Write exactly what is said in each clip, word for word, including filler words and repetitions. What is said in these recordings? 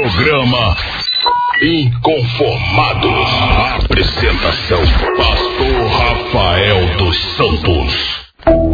Programa Inconformados. Apresentação: Pastor Rafael dos Santos.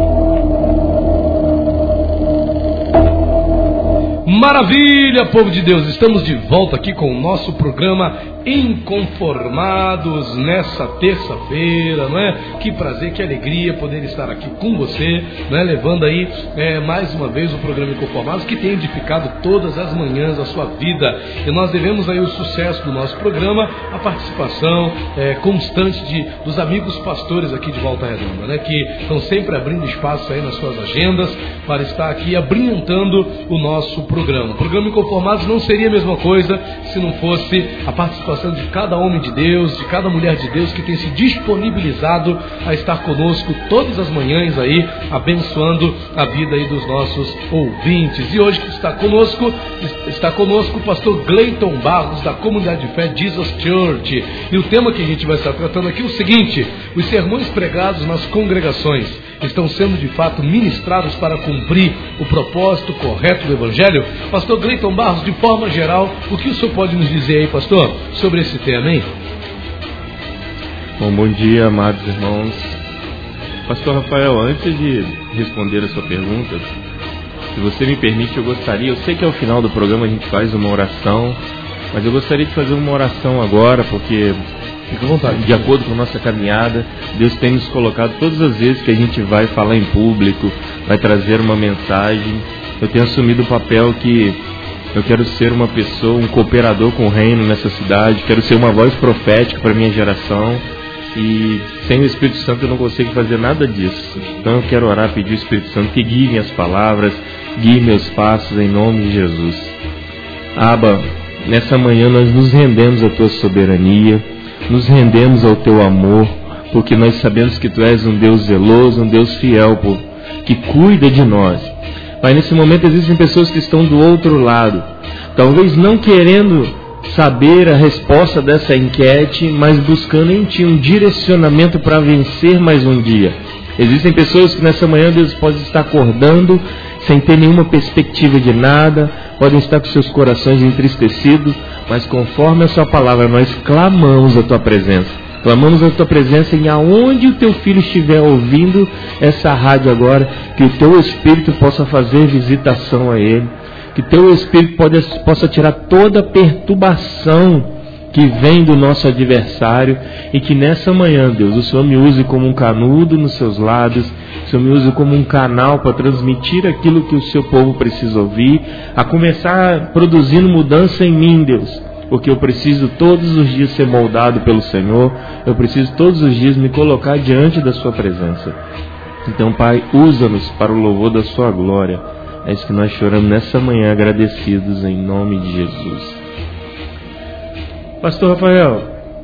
Maravilha, povo de Deus, estamos de volta aqui com o nosso programa Inconformados nessa terça-feira, não é? Que prazer, que alegria poder estar aqui com você, não é? Levando aí é, mais uma vez o programa Inconformados, que tem edificado todas as manhãs a sua vida. E nós devemos aí o sucesso do nosso programa, a participação é, constante de, dos amigos pastores aqui de Volta Redonda, né? Que estão sempre abrindo espaço aí nas suas agendas para estar aqui abrilhantando o nosso programa. O programa Inconformados não seria a mesma coisa se não fosse a participação de cada homem de Deus, de cada mulher de Deus que tem se disponibilizado a estar conosco todas as manhãs aí, abençoando a vida aí dos nossos ouvintes. E hoje que está conosco, está conosco o pastor Gleiton Barros, da Comunidade de Fé Jesus Church. E o tema que a gente vai estar tratando aqui é o seguinte: os sermões pregados nas congregações estão sendo de fato ministrados para cumprir o propósito correto do Evangelho? Pastor Gleiton Barros, de forma geral, o que o senhor pode nos dizer aí, pastor, sobre esse tema, hein? Bom, bom dia, amados irmãos. Pastor Rafael, antes de responder a sua pergunta, se você me permite, eu gostaria, eu sei que ao final do programa a gente faz uma oração, mas eu gostaria de fazer uma oração agora, porque fica à vontade, de acordo com a nossa caminhada, Deus tem nos colocado todas as vezes que a gente vai falar em público, vai trazer uma mensagem. Eu tenho assumido o papel que eu quero ser uma pessoa, um cooperador com o reino nessa cidade, quero ser uma voz profética para a minha geração, e sem o Espírito Santo eu não consigo fazer nada disso. Então eu quero orar, pedir ao Espírito Santo que guie minhas palavras, guie meus passos em nome de Jesus. Abba, nessa manhã nós nos rendemos à tua soberania, nos rendemos ao teu amor, porque nós sabemos que tu és um Deus zeloso, um Deus fiel, que cuida de nós. Pai, nesse momento existem pessoas que estão do outro lado, talvez não querendo saber a resposta dessa enquete, mas buscando em Ti um direcionamento para vencer mais um dia. Existem pessoas que nessa manhã Deus pode estar acordando sem ter nenhuma perspectiva de nada, podem estar com seus corações entristecidos, mas conforme a Sua palavra nós clamamos a Tua presença. Clamamos a Tua presença em aonde o Teu Filho estiver ouvindo essa rádio agora, que o Teu Espírito possa fazer visitação a ele, que Teu Espírito pode, possa tirar toda a perturbação que vem do nosso adversário, e que nessa manhã, Deus, o Senhor me use como um canudo nos Seus lábios, o Senhor me use como um canal para transmitir aquilo que o Seu povo precisa ouvir, a começar produzindo mudança em mim, Deus. Porque eu preciso todos os dias ser moldado pelo Senhor, eu preciso todos os dias me colocar diante da Sua presença. Então, Pai, usa-nos para o louvor da Sua glória. É isso que nós choramos nessa manhã, agradecidos em nome de Jesus. Pastor Rafael,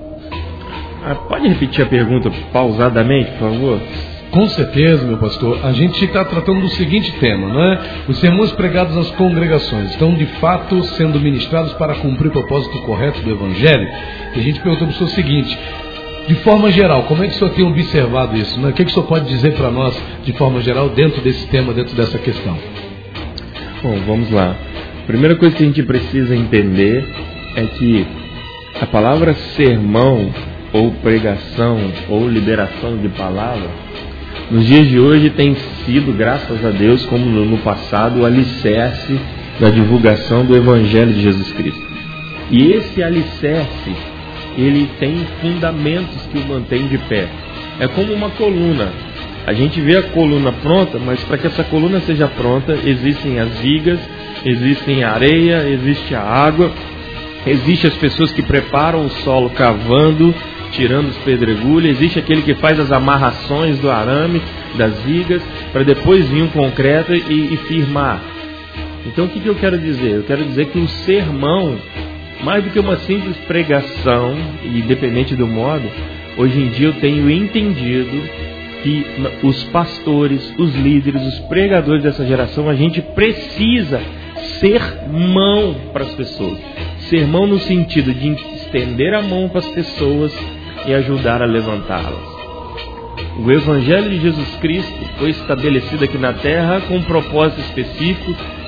pode repetir a pergunta pausadamente, por favor? Com certeza, meu pastor. A gente está tratando do seguinte tema, não é? Os sermões pregados nas congregações estão de fato sendo ministrados para cumprir o propósito correto do Evangelho? E a gente perguntou para o senhor o seguinte: de forma geral, como é que o senhor tem observado isso? Né? O que, é que o senhor pode dizer para nós, de forma geral, dentro desse tema, dentro dessa questão? Bom, vamos lá. A primeira coisa que a gente precisa entender é que a palavra sermão, ou pregação, ou liberação de palavra, nos dias de hoje tem sido, graças a Deus, como no passado, o alicerce da divulgação do Evangelho de Jesus Cristo. E esse alicerce, ele tem fundamentos que o mantém de pé. É como uma coluna. A gente vê a coluna pronta, mas para que essa coluna seja pronta, existem as vigas, existem a areia, existe a água, existem as pessoas que preparam o solo cavando, tirando os pedregulhos, existe aquele que faz as amarrações do arame, das vigas, para depois vir um concreto e, e firmar. Então o que, que eu quero dizer? Eu quero dizer que o sermão, mais do que uma simples pregação, independente do modo, hoje em dia eu tenho entendido que os pastores, os líderes, os pregadores dessa geração, a gente precisa ser mão para as pessoas. Sermão no sentido de estender a mão para as pessoas e ajudar a levantá-las. O Evangelho de Jesus Cristo foi estabelecido aqui na terra com um propósito específico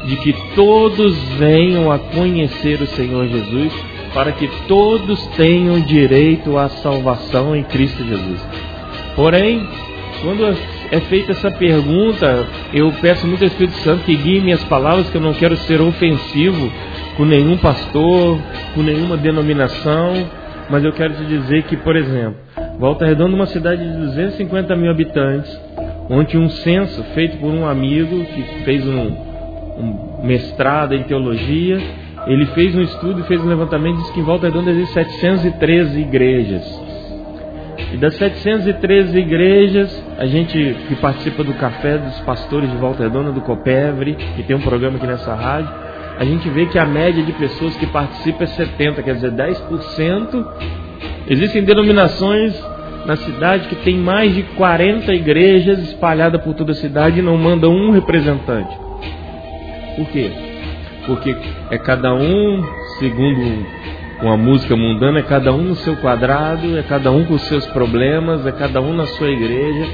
de que todos venham a conhecer o Senhor Jesus, para que todos tenham direito à salvação em Cristo Jesus. Porém, quando é feita essa pergunta, eu peço muito ao Espírito Santo que guie minhas palavras, que eu não quero ser ofensivo com nenhum pastor, com nenhuma denominação, mas eu quero te dizer que, por exemplo, Volta Redonda é uma cidade de duzentos e cinquenta mil habitantes, onde um censo feito por um amigo que fez um, um mestrado em teologia, ele fez um estudo e fez um levantamento e disse que em Volta Redonda existem setecentas e treze igrejas. E das setecentas e treze igrejas, a gente que participa do Café dos Pastores de Volta Redonda, do Copevre, que tem um programa aqui nessa rádio, a gente vê que a média de pessoas que participam é setenta, quer dizer, dez por cento. Existem denominações na cidade que tem mais de quarenta igrejas espalhadas por toda a cidade e não mandam um representante. Por quê? Porque é cada um, segundo uma música mundana, é cada um no seu quadrado, é cada um com os seus problemas, é cada um na sua igreja.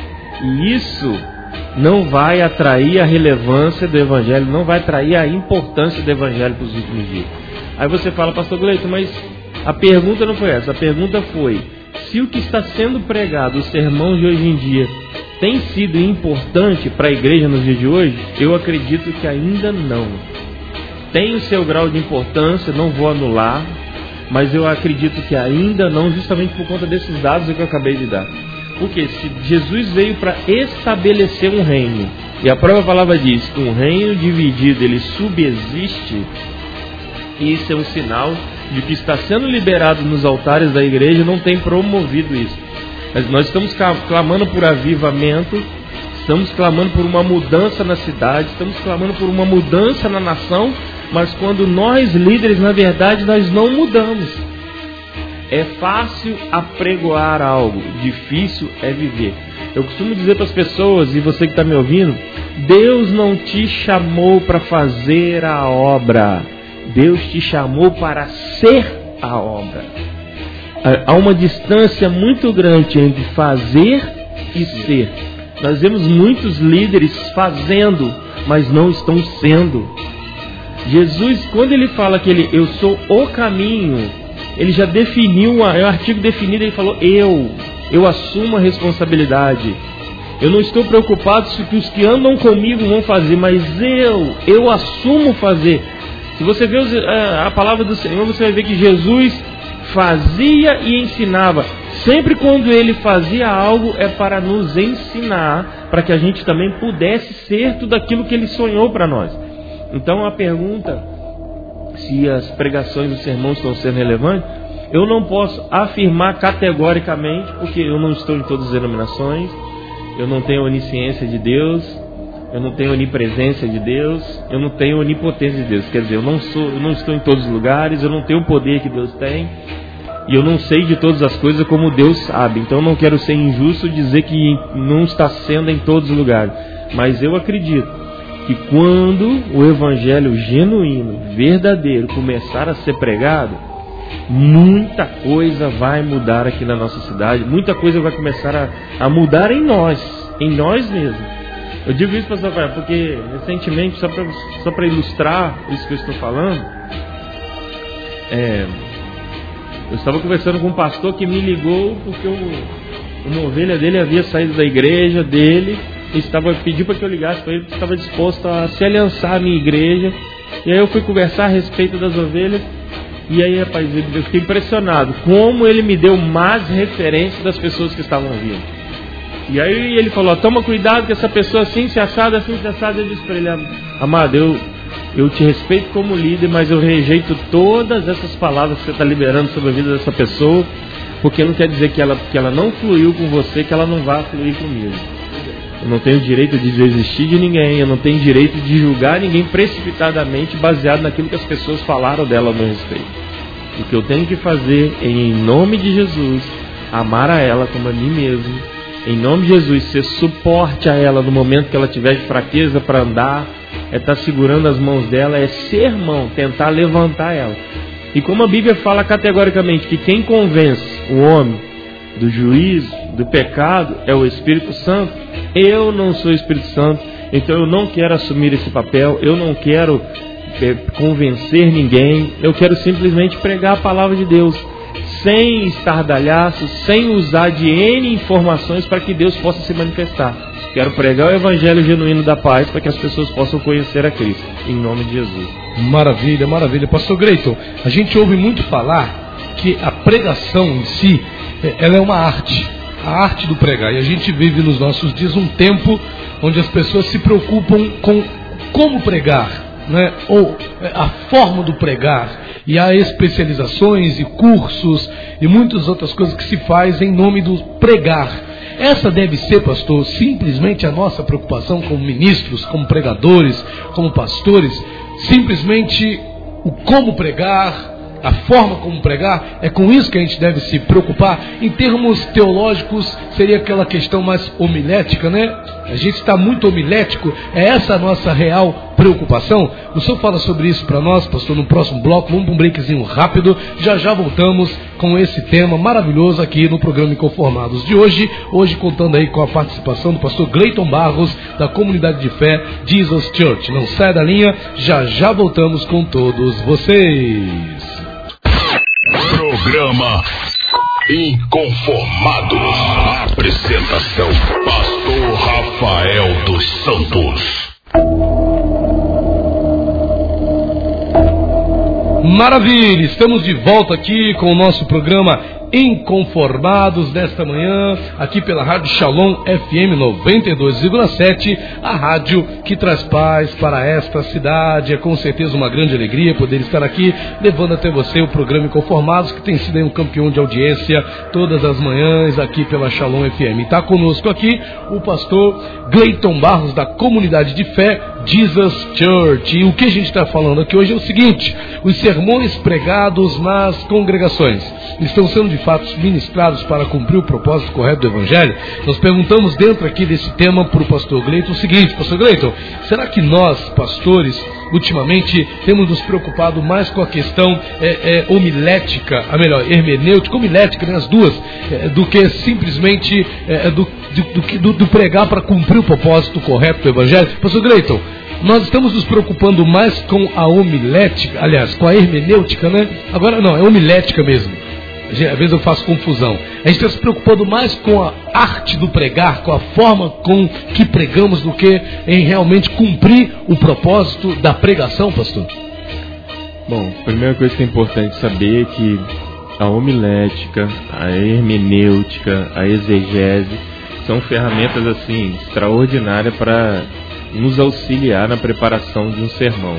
E isso não vai atrair a relevância do Evangelho, não vai atrair a importância do Evangelho para os últimos dias. Aí você fala, pastor Gleito, mas a pergunta não foi essa. A pergunta foi, se o que está sendo pregado, os sermões de hoje em dia, tem sido importante para a igreja nos dias de hoje? Eu acredito que ainda não. Tem o seu grau de importância, não vou anular, mas eu acredito que ainda não, justamente por conta desses dados que eu acabei de dar. Porque se Jesus veio para estabelecer um reino, e a própria palavra diz que um reino dividido ele subsiste, isso é um sinal de que está sendo liberado nos altares da igreja não tem promovido isso. Mas nós estamos clamando por avivamento, estamos clamando por uma mudança na cidade, estamos clamando por uma mudança na nação, mas quando nós líderes, na verdade, nós não mudamos. É fácil apregoar algo, difícil é viver. Eu costumo dizer para as pessoas, e você que está me ouvindo, Deus não te chamou para fazer a obra, Deus te chamou para ser a obra. Há uma distância muito grande entre fazer e ser. Nós vemos muitos líderes fazendo, mas não estão sendo. Jesus, quando ele fala que ele, eu sou o caminho, ele já definiu, um artigo definido, ele falou, eu, eu assumo a responsabilidade. Eu não estou preocupado se os que andam comigo vão fazer, mas eu, eu assumo fazer. Se você vê a palavra do Senhor, você vai ver que Jesus fazia e ensinava. Sempre quando ele fazia algo é para nos ensinar, para que a gente também pudesse ser tudo aquilo que ele sonhou para nós. Então a pergunta, se as pregações dos sermões estão sendo relevantes, eu não posso afirmar categoricamente, porque eu não estou em todas as denominações, eu não tenho onisciência de Deus, eu não tenho onipresença de Deus, eu não tenho onipotência de Deus. Quer dizer, eu não, sou, eu não estou em todos os lugares, eu não tenho o poder que Deus tem, e eu não sei de todas as coisas como Deus sabe. Então eu não quero ser injusto dizer que não está sendo em todos os lugares. Mas eu acredito que quando o evangelho genuíno, verdadeiro, começar a ser pregado, muita coisa vai mudar aqui na nossa cidade, muita coisa vai começar a, a mudar em nós, em nós mesmos. Eu digo isso, pastor Rafael, porque recentemente, só para só para ilustrar isso que eu estou falando, é, eu estava conversando com um pastor que me ligou porque o, uma ovelha dele havia saído da igreja dele, estava pediu para que eu ligasse para ele, estava disposto a se aliançar à minha igreja. E aí eu fui conversar a respeito das ovelhas. E aí, rapaz, eu fiquei impressionado como ele me deu mais referências das pessoas que estavam vindo. E aí ele falou, toma cuidado que essa pessoa assim se assada, assim se assada. Eu disse para ele, amado, eu, eu te respeito como líder, mas eu rejeito todas essas palavras que você está liberando sobre a vida dessa pessoa, porque não quer dizer que ela, que ela não fluiu com você, que ela não vai fluir comigo. Eu não tenho direito de desistir de ninguém, eu não tenho direito de julgar ninguém precipitadamente baseado naquilo que as pessoas falaram dela a meu respeito. O que eu tenho que fazer é, em nome de Jesus, amar a ela como a mim mesmo, em nome de Jesus, ser suporte a ela no momento que ela tiver de fraqueza para andar, é estar segurando as mãos dela, é ser mão, tentar levantar ela. E como a Bíblia fala categoricamente que quem convence o homem do juízo, do pecado, é o Espírito Santo. Eu não sou Espírito Santo, Então eu não quero assumir esse papel, eu não quero é, convencer ninguém, eu quero simplesmente pregar a palavra de Deus, sem estardalhaços, sem usar de N informações para que Deus possa se manifestar. Quero pregar o evangelho genuíno da paz para que as pessoas possam conhecer a Cristo, em nome de Jesus. Maravilha, maravilha. Pastor Gleiton, a gente ouve muito falar que a pregação em si, ela é uma arte, a arte do pregar. E a gente vive nos nossos dias um tempo onde as pessoas se preocupam com como pregar, né? Ou a forma do pregar. E há especializações e cursos e muitas outras coisas que se faz em nome do pregar. Essa deve ser, pastor, simplesmente a nossa preocupação como ministros, como pregadores, como pastores, simplesmente o como pregar, a forma como pregar, é com isso que a gente deve se preocupar. Em termos teológicos, seria aquela questão mais homilética, né? A gente está muito homilético, é essa a nossa real preocupação? O senhor fala sobre isso para nós, pastor, no próximo bloco. Vamos para um breakzinho rápido, já já voltamos com esse tema maravilhoso aqui no programa Inconformados de hoje, hoje contando aí com a participação do pastor Gleiton Barros, da Comunidade de Fé Jesus Church. Não sai da linha, já já voltamos com todos vocês. Programa Inconformados. Apresentação: Pastor Rafael dos Santos. Maravilha, estamos de volta aqui com o nosso programa Inconformados nesta manhã, aqui pela Rádio Shalom F M noventa e dois vírgula sete, a rádio que traz paz para esta cidade. É com certeza uma grande alegria poder estar aqui, levando até você o programa Inconformados, que tem sido um campeão de audiência todas as manhãs aqui pela Shalom F M. Está conosco aqui o pastor Gleiton Barros, da Comunidade de Fé Jesus Church. E o que a gente está falando aqui hoje é o seguinte: os sermões pregados nas congregações estão sendo de fato ministrados para cumprir o propósito correto do Evangelho? Nós perguntamos dentro aqui desse tema para o pastor Gleiton o seguinte: pastor Gleiton, será que nós, pastores, ultimamente temos nos preocupado mais com a questão é, é, homilética, a melhor, hermenêutica, homilética, né, as duas, é, do que simplesmente é, do, do, do, do pregar para cumprir o propósito correto do Evangelho? Pastor Gleiton, nós estamos nos preocupando mais com a homilética, aliás, com a hermenêutica, né? Agora não, é homilética mesmo. Às vezes eu faço confusão. A gente está se preocupando mais com a arte do pregar, com a forma com que pregamos, do que em realmente cumprir o propósito da pregação, pastor? Bom, a primeira coisa que é importante saber é que a homilética, a hermenêutica, a exegese são ferramentas assim extraordinárias para nos auxiliar na preparação de um sermão.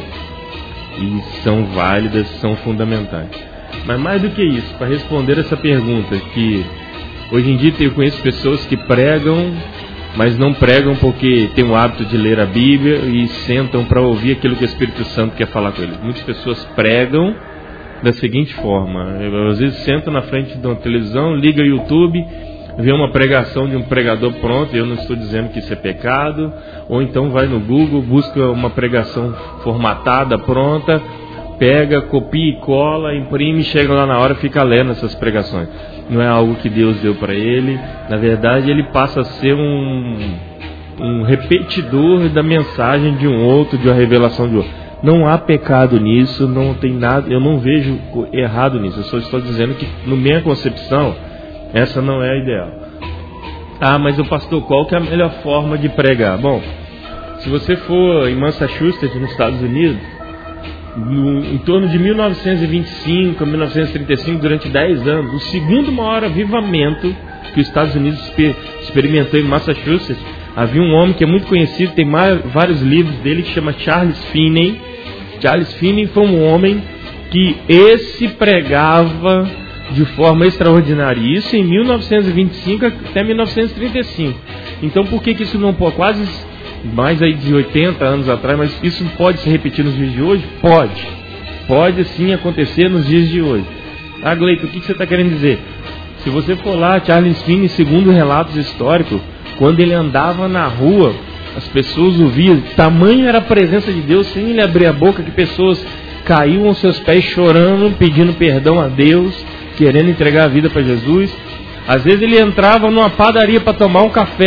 E são válidas, são fundamentais. Mas mais do que isso, para responder essa pergunta, que hoje em dia eu conheço pessoas que pregam, mas não pregam porque têm o hábito de ler a Bíblia e sentam para ouvir aquilo que o Espírito Santo quer falar com eles. Muitas pessoas pregam da seguinte forma: eu, às vezes sentam na frente de uma televisão, liga o YouTube, vê uma pregação de um pregador pronto, eu não estou dizendo que isso é pecado, ou então vai no Google, busca uma pregação formatada, pronta, pega, copia e cola, imprime, chega lá na hora e fica lendo essas pregações. Não é algo que Deus deu para ele. Na verdade, ele passa a ser um, um repetidor da mensagem de um outro, de uma revelação de outro. Não há pecado nisso, não tem nada, eu não vejo errado nisso. Eu só estou dizendo que, na minha concepção, essa não é a ideal. Ah, mas o pastor, qual que é a melhor forma de pregar? Bom, se você for em Massachusetts, nos Estados Unidos, no, em torno de mil novecentos e vinte e cinco a mil novecentos e trinta e cinco, durante dez anos, o segundo maior avivamento que os Estados Unidos experimentou em Massachusetts, havia um homem que é muito conhecido, tem mais, vários livros dele, que chama Charles Finney. Charles Finney foi um homem que esse pregava de forma extraordinária, isso em mil novecentos e vinte e cinco até mil novecentos e trinta e cinco. Então por que que isso não pode, quase mais aí de oitenta anos atrás, mas isso pode se repetir nos dias de hoje? Pode, pode sim acontecer nos dias de hoje. Ah, Gleiton, o que você está querendo dizer? Se você for lá, Charles Finney, segundo relatos históricos, quando ele andava na rua, as pessoas ouviam, tamanho era a presença de Deus, sem ele abrir a boca, que pessoas caíam aos seus pés chorando, pedindo perdão a Deus, querendo entregar a vida para Jesus. Às vezes ele entrava numa padaria para tomar um café,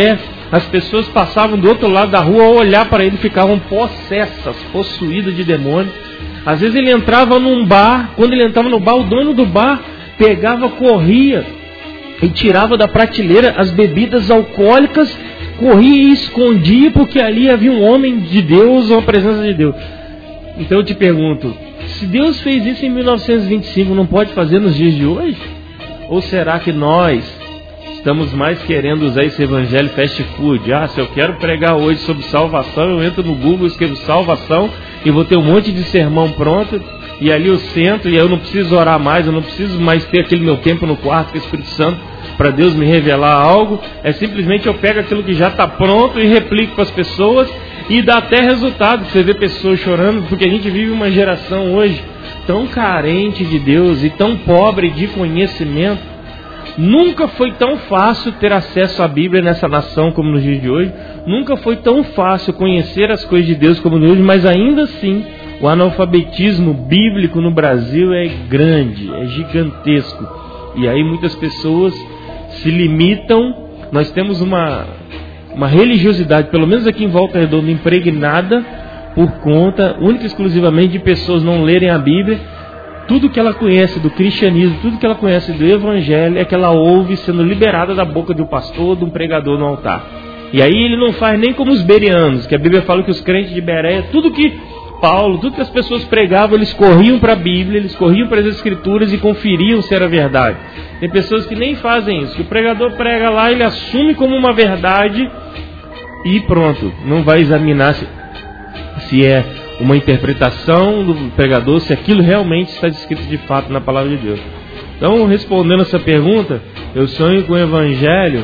as pessoas passavam do outro lado da rua, ao olhar para ele ficavam possessas, possuídas de demônio. Às vezes ele entrava num bar, quando ele entrava no bar, o dono do bar pegava, corria e tirava da prateleira as bebidas alcoólicas, corria e escondia, porque ali havia um homem de Deus ou a presença de Deus. Então eu te pergunto, se Deus fez isso em mil novecentos e vinte e cinco, não pode fazer nos dias de hoje? Ou será que nós estamos mais querendo usar esse evangelho fast food? Ah, se eu quero pregar hoje sobre salvação, eu entro no Google, escrevo salvação e vou ter um monte de sermão pronto, e ali eu sento e eu não preciso orar mais, eu não preciso mais ter aquele meu tempo no quarto com o Espírito Santo para Deus me revelar algo. É simplesmente eu pego aquilo que já está pronto e replico para as pessoas, e dá até resultado. Você vê pessoas chorando, porque a gente vive uma geração hoje tão carente de Deus e tão pobre de conhecimento. Nunca foi tão fácil ter acesso à Bíblia nessa nação como nos dias de hoje. Nunca foi tão fácil conhecer as coisas de Deus como nos hoje, mas ainda assim o analfabetismo bíblico no Brasil é grande, é gigantesco. E aí muitas pessoas se limitam. Nós temos uma, uma religiosidade, pelo menos aqui em Volta Redonda, impregnada por conta única e exclusivamente de pessoas não lerem a Bíblia. Tudo que ela conhece do cristianismo, tudo que ela conhece do evangelho é que ela ouve sendo liberada da boca de um pastor, de um pregador no altar. E aí ele não faz nem como os bereanos, que a Bíblia fala que os crentes de Bereia, tudo que Paulo, tudo que as pessoas pregavam, eles corriam para a Bíblia, eles corriam para as Escrituras e conferiam se era verdade. Tem pessoas que nem fazem isso, que o pregador prega lá, ele assume como uma verdade e pronto, não vai examinar se, se é uma interpretação do pregador, se aquilo realmente está escrito de fato na palavra de Deus. Então, respondendo essa pergunta, eu sonho com o evangelho,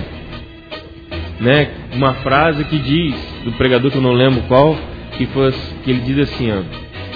né, uma frase que diz, do pregador que eu não lembro qual, que, foi, que ele diz assim, ó,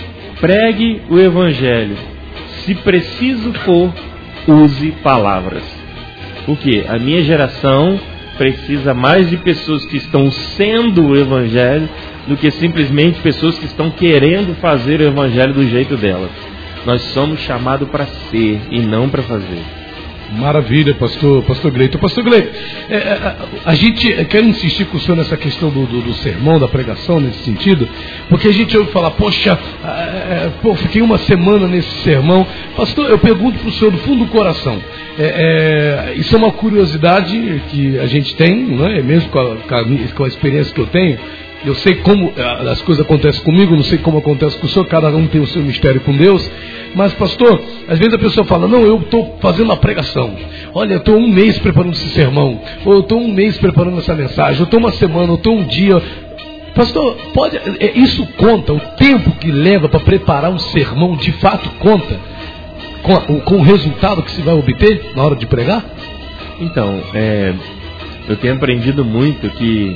pregue o evangelho, se preciso for, use palavras. Por quê? A minha geração precisa mais de pessoas que estão sendo o evangelho do que simplesmente pessoas que estão querendo fazer o evangelho do jeito delas. Nós somos chamados para ser e não para fazer. Maravilha, pastor, pastor Gleito. Pastor Gleito, é, é, a gente quer insistir com o senhor nessa questão do, do, do sermão, da pregação, nesse sentido, porque a gente ouve falar, poxa, é, pô, fiquei uma semana nesse sermão. Pastor, eu pergunto para o senhor do fundo do coração, é, é, isso é uma curiosidade que a gente tem, não é? Mesmo com a, com a experiência que eu tenho. Eu sei como as coisas acontecem comigo, não sei como acontece com o senhor, cada um tem o seu mistério com Deus. Mas, pastor, às vezes a pessoa fala, não, eu estou fazendo a pregação. Olha, eu estou um mês preparando esse sermão. Ou eu estou um mês preparando essa mensagem. Eu estou uma semana, eu estou um dia. Pastor, pode, isso conta? O tempo que leva para preparar um sermão, de fato, conta? Com, com o resultado que se vai obter na hora de pregar? Então, é, eu tenho aprendido muito que...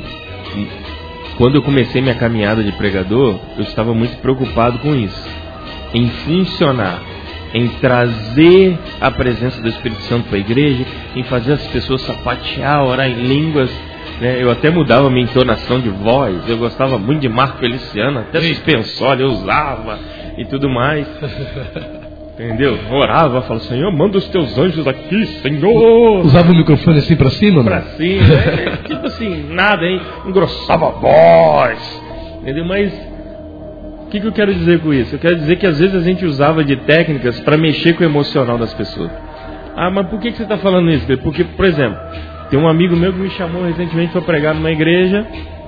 Quando eu comecei minha caminhada de pregador, eu estava muito preocupado com isso, em funcionar, em trazer a presença do Espírito Santo para a igreja, em fazer as pessoas sapatear, orar em línguas, né? Eu até mudava minha entonação de voz, eu gostava muito de Marco Feliciano, até suspensório eu usava e tudo mais. Entendeu? Orava, falava, Senhor, manda os teus anjos aqui, Senhor. Usava o microfone assim pra cima? Pra mano? cima, é, tipo assim, nada, hein? Engrossava a voz. Entendeu? Mas o que, que eu quero dizer com isso? Eu quero dizer que às vezes a gente usava de técnicas para mexer com o emocional das pessoas. Ah, mas por que, que você está falando isso? Porque, por exemplo, tem um amigo meu que me chamou recentemente para pregar numa igreja,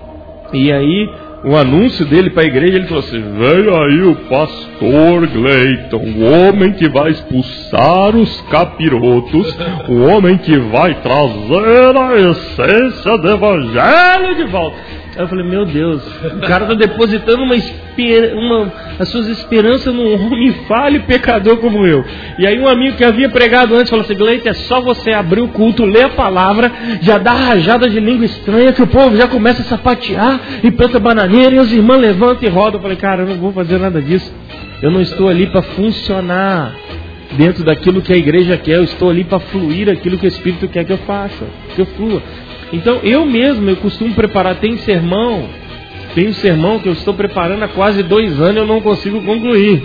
e aí o anúncio dele para a igreja, ele falou assim, veio aí o pastor Gleiton, o homem que vai expulsar os capirotos, o homem que vai trazer a essência do evangelho de volta. Aí eu falei, meu Deus, o cara está depositando uma, esper... uma as suas esperanças num homem falho e pecador como eu. E aí um amigo que havia pregado antes falou assim, Gleiton, é só você abrir o culto, ler a palavra, já dá rajada de língua estranha, que o povo já começa a sapatear e planta bananeira e os irmãos levantam e rodam. Eu falei, cara, eu não vou fazer nada disso. Eu não estou ali para funcionar dentro daquilo que a igreja quer, eu estou ali para fluir aquilo que o Espírito quer que eu faça, que eu flua. Então eu mesmo, eu costumo preparar, tem sermão, tem um sermão que eu estou preparando há quase dois anos e eu não consigo concluir.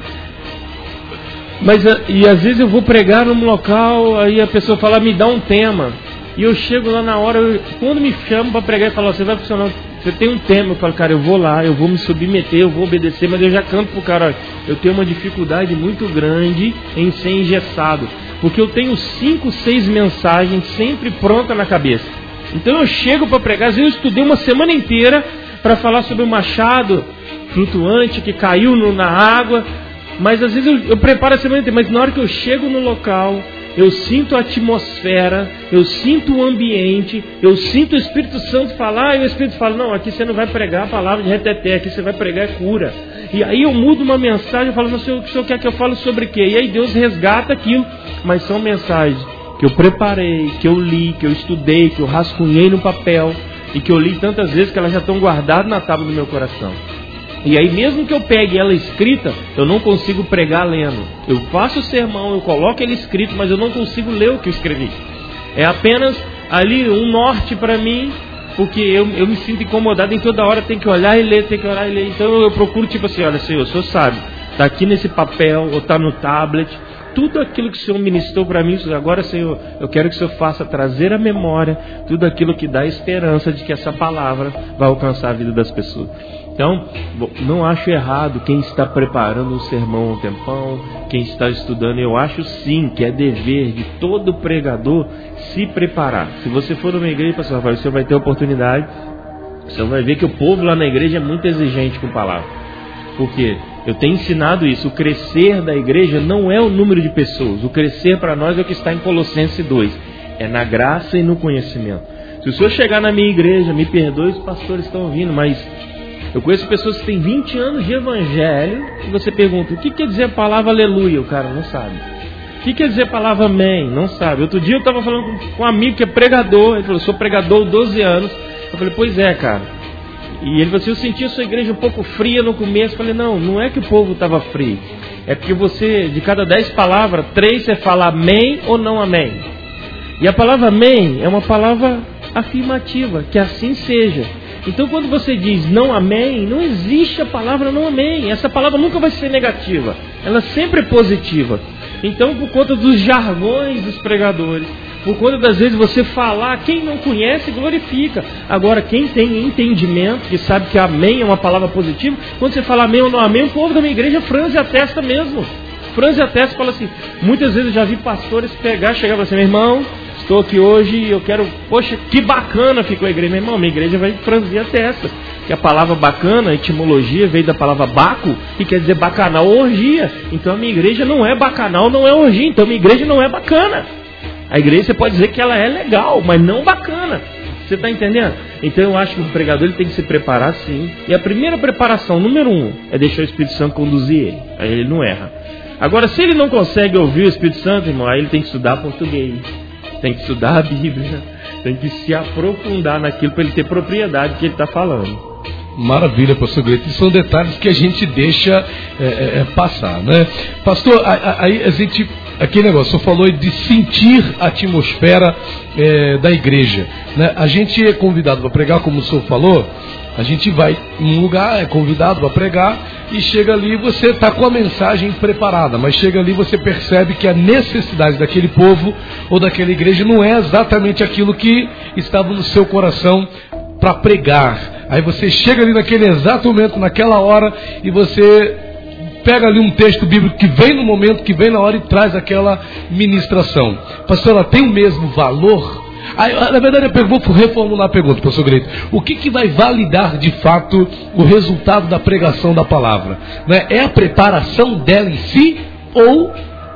Mas, e às vezes eu vou pregar num local, aí a pessoa fala, me dá um tema. E eu chego lá na hora, eu, quando me chamam para pregar e falam, você vai funcionar, você tem um tema, eu falo, cara, eu vou lá, eu vou me submeter, eu vou obedecer, mas eu já canto pro cara, olha, eu tenho uma dificuldade muito grande em ser engessado, porque eu tenho cinco, seis mensagens sempre prontas na cabeça. Então eu chego para pregar, às vezes eu estudei uma semana inteira para falar sobre o machado flutuante que caiu no, na água, mas às vezes eu, eu preparo a semana inteira, mas na hora que eu chego no local, eu sinto a atmosfera, eu sinto o ambiente, eu sinto o Espírito Santo falar, e o Espírito fala, não, aqui você não vai pregar a palavra de reteté, aqui você vai pregar cura. E aí eu mudo uma mensagem, eu falo, mas o senhor, o senhor quer que eu fale sobre o quê? E aí Deus resgata aquilo, mas são mensagens que eu preparei, que eu li, que eu estudei, que eu rascunhei no papel, e que eu li tantas vezes que elas já estão guardadas na tábua do meu coração. E aí mesmo que eu pegue ela escrita, eu não consigo pregar lendo. Eu faço o sermão, eu coloco ele escrito, mas eu não consigo ler o que eu escrevi. É apenas ali um norte para mim, porque eu, eu me sinto incomodado em toda hora, tem que olhar e ler, tem que olhar e ler. Então eu procuro tipo assim, olha Senhor, o Senhor sabe, está aqui nesse papel ou está no tablet, tudo aquilo que o Senhor ministrou para mim, agora Senhor, eu quero que o Senhor faça trazer à memória tudo aquilo que dá esperança de que essa palavra vai alcançar a vida das pessoas. Então, não acho errado quem está preparando um sermão há um tempão, quem está estudando. Eu acho sim que é dever de todo pregador se preparar. Se você for numa igreja, pastor Rafael, você vai ter oportunidade, você vai ver que o povo lá na igreja é muito exigente com palavra. Porque eu tenho ensinado isso, o crescer da igreja não é o número de pessoas. O crescer para nós é o que está em Colossenses dois. É na graça e no conhecimento. Se o senhor chegar na minha igreja, me perdoe, os pastores estão ouvindo, mas eu conheço pessoas que têm vinte anos de evangelho e você pergunta, o que quer dizer a palavra aleluia? O cara não sabe. O que quer dizer a palavra amém? Não sabe. Outro dia eu estava falando com um amigo que é pregador, ele falou, sou pregador há doze anos. Eu falei, pois é, cara. E ele falou assim, eu senti a sua igreja um pouco fria no começo. Eu falei, não, não é que o povo estava frio. É porque você, de cada dez palavras, três você fala amém ou não amém. E a palavra amém é uma palavra afirmativa, que assim seja. Então quando você diz não amém, não existe a palavra não amém. Essa palavra nunca vai ser negativa, ela sempre é positiva. Então por conta dos jargões dos pregadores, por conta das vezes você falar, quem não conhece glorifica. Agora quem tem entendimento, que sabe que amém é uma palavra positiva, quando você fala amém ou não amém, o povo da minha igreja franze a testa mesmo. Franze a testa e fala assim, muitas vezes eu já vi pastores pegar, chegar e falar assim, meu irmão, estou aqui hoje e eu quero, poxa, que bacana ficou a igreja. Meu irmão, minha igreja vai franzir a testa. Que a palavra bacana, a etimologia veio da palavra baco, que quer dizer bacanal ou orgia. Então a minha igreja não é bacanal, não é orgia. Então a minha igreja não é bacana. A igreja você pode dizer que ela é legal, mas não bacana. Você está entendendo? Então eu acho que o pregador ele tem que se preparar sim. E a primeira preparação, número um, é deixar o Espírito Santo conduzir ele. Aí ele não erra. Agora, se ele não consegue ouvir o Espírito Santo, irmão, aí ele tem que estudar português. Tem que estudar a Bíblia, tem que se aprofundar naquilo para ele ter propriedade que ele está falando. Maravilha, pastor Gleito. São detalhes que a gente deixa é, é, passar, né? Pastor, aí a gente, aquele negócio, o senhor falou de sentir a atmosfera é, da igreja, né? A gente é convidado para pregar, como o senhor falou, a gente vai em um lugar, é convidado para pregar, e chega ali, você está com a mensagem preparada, mas chega ali você percebe que a necessidade daquele povo ou daquela igreja não é exatamente aquilo que estava no seu coração para pregar. Aí você chega ali naquele exato momento, naquela hora, e você pega ali um texto bíblico que vem no momento, que vem na hora e traz aquela ministração. Pastor, ela tem o mesmo valor? Aí, na verdade, eu vou reformular a pergunta, pastor Gleito. O que, que vai validar de fato o resultado da pregação da palavra? Né? É a preparação dela em si, ou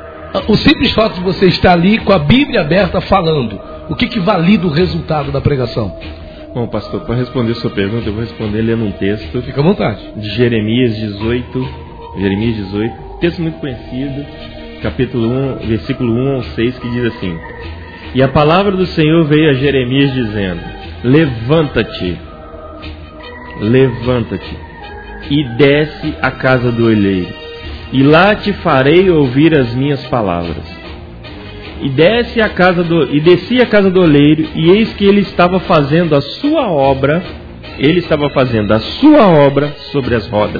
o simples fato de você estar ali com a Bíblia aberta falando? O que, que valida o resultado da pregação? Bom, pastor, para responder a sua pergunta, eu vou responder lendo um texto. Fica à vontade. De Jeremias dezoito, Jeremias dezoito, texto muito conhecido, capítulo um, versículo um ao seis, que diz assim: E a palavra do Senhor veio a Jeremias dizendo: Levanta-te, levanta-te, e desce à casa do oleiro, e lá te farei ouvir as minhas palavras. E desce a casa do, e desci a casa do oleiro, e eis que ele estava fazendo a sua obra, ele estava fazendo a sua obra sobre as rodas.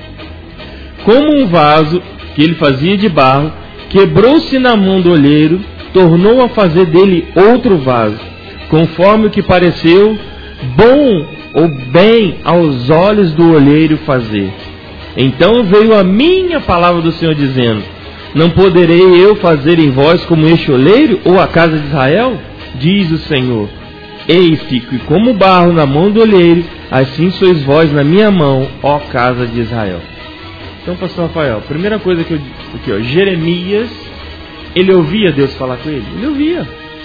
Como um vaso que ele fazia de barro, quebrou-se na mão do oleiro, tornou a fazer dele outro vaso, conforme o que pareceu bom ou bem aos olhos do olheiro fazer. Então veio a minha palavra do Senhor dizendo: não poderei eu fazer em vós como este olheiro ou a casa de Israel? Diz o Senhor: eis que como barro na mão do olheiro, assim sois vós na minha mão, ó casa de Israel. Então, pastor Rafael, primeira coisa que eu... Aqui, ó, Jeremias, ele ouvia Deus falar com ele? Ele ouvia.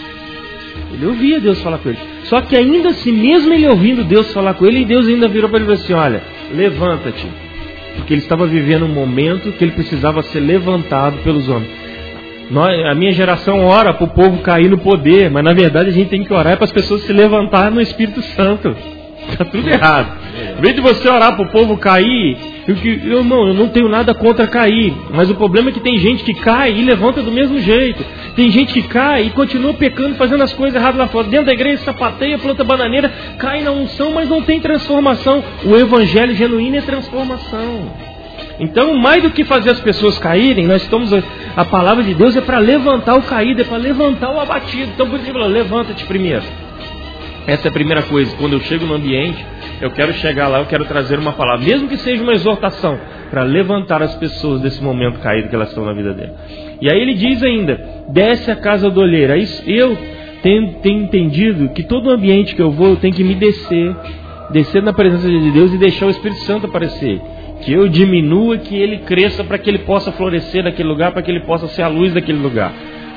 Ele ouvia Deus falar com ele. Só que ainda assim, mesmo ele ouvindo Deus falar com ele, Deus ainda virou para ele e falou assim: olha, levanta-te. Porque ele estava vivendo um momento que ele precisava ser levantado pelos homens. Nós, a minha geração ora para o povo cair no poder, mas na verdade a gente tem que orar para as pessoas se levantarem no Espírito Santo. Está tudo errado. Em vez de você orar para o povo cair, eu, eu, não, eu não tenho nada contra cair, mas o problema é que tem gente que cai e levanta do mesmo jeito. Tem gente que cai e continua pecando, fazendo as coisas erradas lá fora. Dentro da igreja sapateia, planta bananeira, cai na unção, mas não tem transformação. O evangelho genuíno é transformação. Então, mais do que fazer as pessoas caírem, nós estamos... A palavra de Deus é para levantar o caído, é para levantar o abatido. Então, por exemplo, levanta-te primeiro. Essa é a primeira coisa. Quando eu chego no ambiente, eu quero chegar lá, eu quero trazer uma palavra, mesmo que seja uma exortação, para levantar as pessoas desse momento caído que elas estão na vida dela. E aí ele diz ainda: desce a casa do olheiro. Aí eu tenho, tenho entendido que todo ambiente que eu vou, eu tenho que me descer, descer na presença de Deus e deixar o Espírito Santo aparecer. Que eu diminua, que ele cresça, para que ele possa florescer naquele lugar, para que ele possa ser a luz daquele lugar.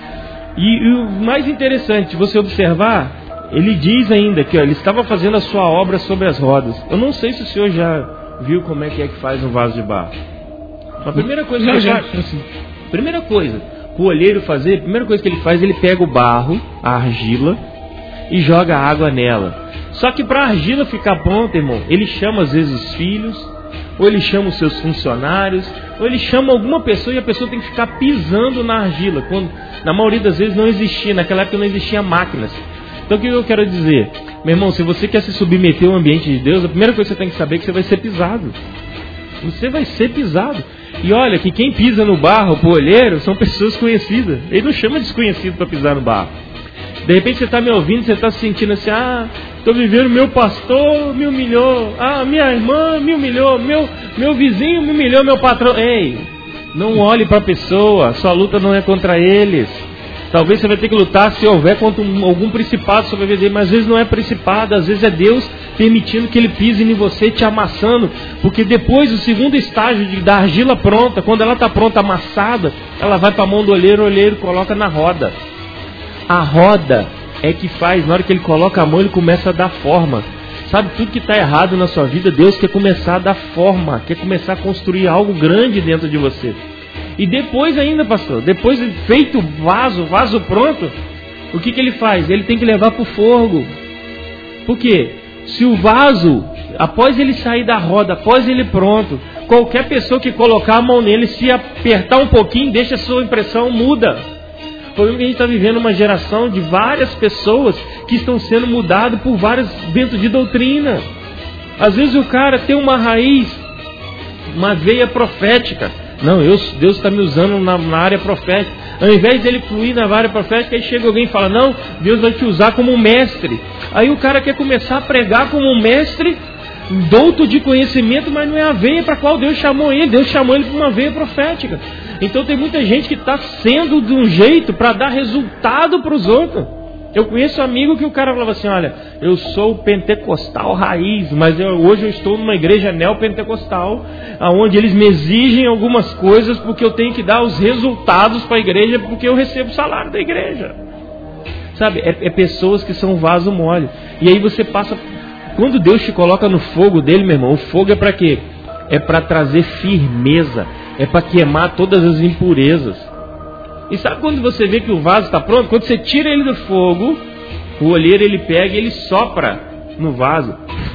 E, e o mais interessante, você observar, ele diz ainda que ó, ele estava fazendo a sua obra sobre as rodas. Eu não sei se o senhor já viu como é que é que faz um vaso de barro. A primeira coisa que ele faz, assim, primeira coisa, o olheiro fazer, a primeira coisa que ele faz, ele pega o barro, a argila, e joga água nela. Só que para a argila ficar pronta, irmão, ele chama às vezes os filhos, ou ele chama os seus funcionários, ou ele chama alguma pessoa e a pessoa tem que ficar pisando na argila. Quando, na maioria das vezes não existia, naquela época não existia máquinas. Então o que eu quero dizer? Meu irmão, se você quer se submeter ao ambiente de Deus, a primeira coisa que você tem que saber é que você vai ser pisado. Você vai ser pisado. E olha que quem pisa no barro, pro olheiro, são pessoas conhecidas. Ele não chama desconhecido para pisar no barro. De repente você está me ouvindo, você está se sentindo assim: ah, estou vivendo, meu pastor me humilhou, ah, minha irmã me humilhou, meu, meu vizinho me humilhou, meu patrão. Ei, não olhe para a pessoa, sua luta não é contra eles. Talvez você vai ter que lutar se houver contra um, algum principado sobre a vida dele, mas às vezes não é principado, às vezes é Deus permitindo que ele pise em você, te amassando, porque depois o segundo estágio de, da argila pronta, quando ela está pronta, amassada, ela vai para a mão do olheiro, o olheiro coloca na roda. A roda é que faz, na hora que ele coloca a mão, ele começa a dar forma. Sabe, tudo que está errado na sua vida, Deus quer começar a dar forma, quer começar a construir algo grande dentro de você. E depois ainda, pastor, depois de feito o vaso, vaso pronto, o que, que ele faz? Ele tem que levar para o fogo. Por quê? Se o vaso, após ele sair da roda, após ele pronto, qualquer pessoa que colocar a mão nele, se apertar um pouquinho, deixa a sua impressão, muda. O problema é que a gente está vivendo uma geração de várias pessoas que estão sendo mudadas por vários ventos de doutrina. Às vezes o cara tem uma raiz, uma veia profética. Não, eu, Deus está me usando na, na área profética. Ao invés dele fluir na área profética, aí chega alguém e fala: não, Deus vai te usar como um mestre. Aí o cara quer começar a pregar como um mestre, douto de conhecimento, mas não é a veia para a qual Deus chamou ele. Deus chamou ele para uma veia profética. Então tem muita gente que está sendo de um jeito para dar resultado para os outros. Eu conheço um amigo que o cara falava assim: olha, eu sou pentecostal raiz, mas eu, hoje eu estou numa igreja neopentecostal, onde eles me exigem algumas coisas porque eu tenho que dar os resultados para a igreja, porque eu recebo o salário da igreja. Sabe, é, é pessoas que são vaso mole. E aí você passa... Quando Deus te coloca no fogo dele, meu irmão, o fogo é para quê? É para trazer firmeza, é para queimar todas as impurezas. E sabe quando você vê que o vaso está pronto? Quando você tira ele do fogo, o olheiro ele pega e ele sopra no vaso.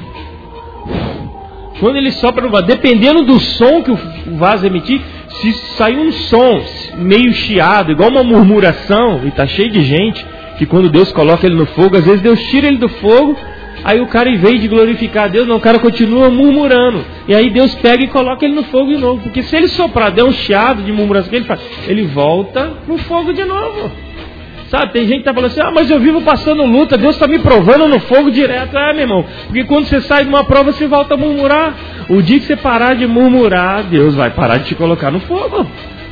Quando ele sopra no vaso, dependendo do som que o vaso emitir, se sair um som meio chiado, igual uma murmuração, e está cheio de gente, que quando Deus coloca ele no fogo, às vezes Deus tira ele do fogo, aí o cara, em vez de glorificar a Deus, não, o cara continua murmurando. E aí Deus pega e coloca ele no fogo de novo. Porque se ele soprar, der um chiado de murmuração, ele faz, ele volta no fogo de novo. Sabe, tem gente que tá falando assim, ah, mas eu vivo passando luta, Deus está me provando no fogo direto. É, meu irmão, porque quando você sai de uma prova, você volta a murmurar. O dia que você parar de murmurar, Deus vai parar de te colocar no fogo.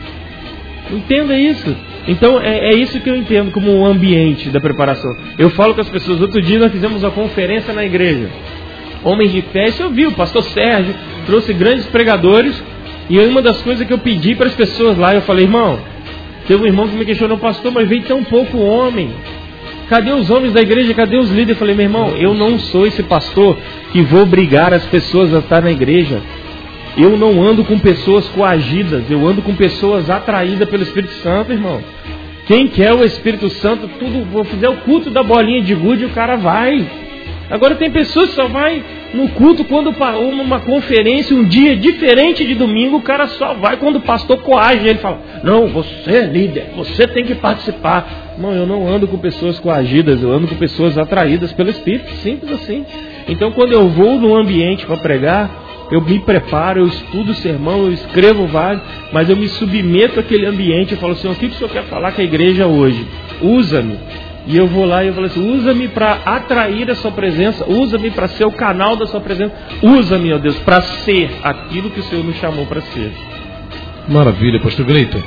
Entenda isso. Então, é, é isso que eu entendo como um ambiente da preparação. Eu falo com as pessoas, outro dia nós fizemos uma conferência na igreja. Homens de fé, isso eu vi, o pastor Sérgio trouxe grandes pregadores. E uma das coisas que eu pedi para as pessoas lá, eu falei, irmão, teve um irmão que me questionou, pastor, mas veio tão pouco homem. Cadê os homens da igreja? Cadê os líderes? Eu falei, meu irmão, eu não sou esse pastor que vou obrigar as pessoas a estar na igreja. Eu não ando com pessoas coagidas, eu ando com pessoas atraídas pelo Espírito Santo, irmão. Quem quer o Espírito Santo, tudo, vou fazer o culto da bolinha de gude, o cara vai. Agora tem pessoas que só vai no culto quando uma conferência, um dia diferente de domingo, o cara só vai quando o pastor coage. Ele fala, não, você é líder, você tem que participar. Não, eu não ando com pessoas coagidas, eu ando com pessoas atraídas pelo Espírito, simples assim. Então quando eu vou num ambiente para pregar, eu me preparo, eu estudo o sermão, eu escrevo vários, mas eu me submeto àquele ambiente, eu falo assim, o que o senhor quer falar com a igreja hoje? Usa-me. E eu vou lá e eu falo assim, usa-me para atrair a sua presença, usa-me para ser o canal da sua presença, usa-me, ó Deus, para ser aquilo que o Senhor nos chamou para ser. Maravilha, pastor Gleiton.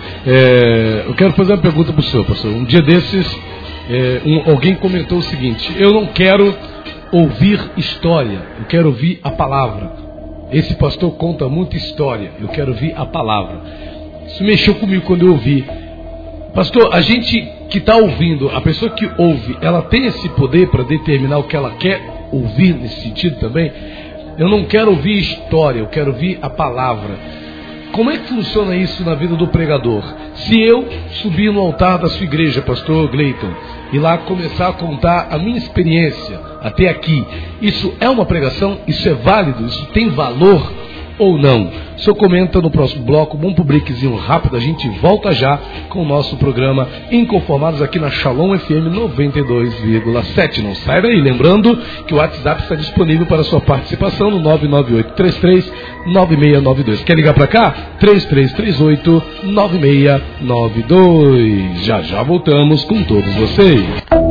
É, eu quero fazer uma pergunta para o senhor, pastor. Um dia desses, é, um, alguém comentou o seguinte, eu não quero ouvir história, eu quero ouvir a palavra. Esse pastor conta muita história, eu quero ouvir a palavra. Isso mexeu comigo quando eu ouvi. Pastor, a gente que está ouvindo, a pessoa que ouve, ela tem esse poder para determinar o que ela quer ouvir nesse sentido também? Eu não quero ouvir história, eu quero ouvir a palavra. Como é que funciona isso na vida do pregador? Se eu subir no altar da sua igreja, pastor Gleiton, e lá começar a contar a minha experiência até aqui, isso é uma pregação? Isso é válido? Isso tem valor ou não? O senhor comenta no próximo bloco, um breakzinho rápido, a gente volta já com o nosso programa Inconformados aqui na Shalom F M noventa e dois vírgula sete. Não sai daí, lembrando que o WhatsApp está disponível para a sua participação no nove nove oito três três nove seis nove dois. Quer ligar para cá? três três três oito nove seis nove dois. Já já voltamos com todos vocês.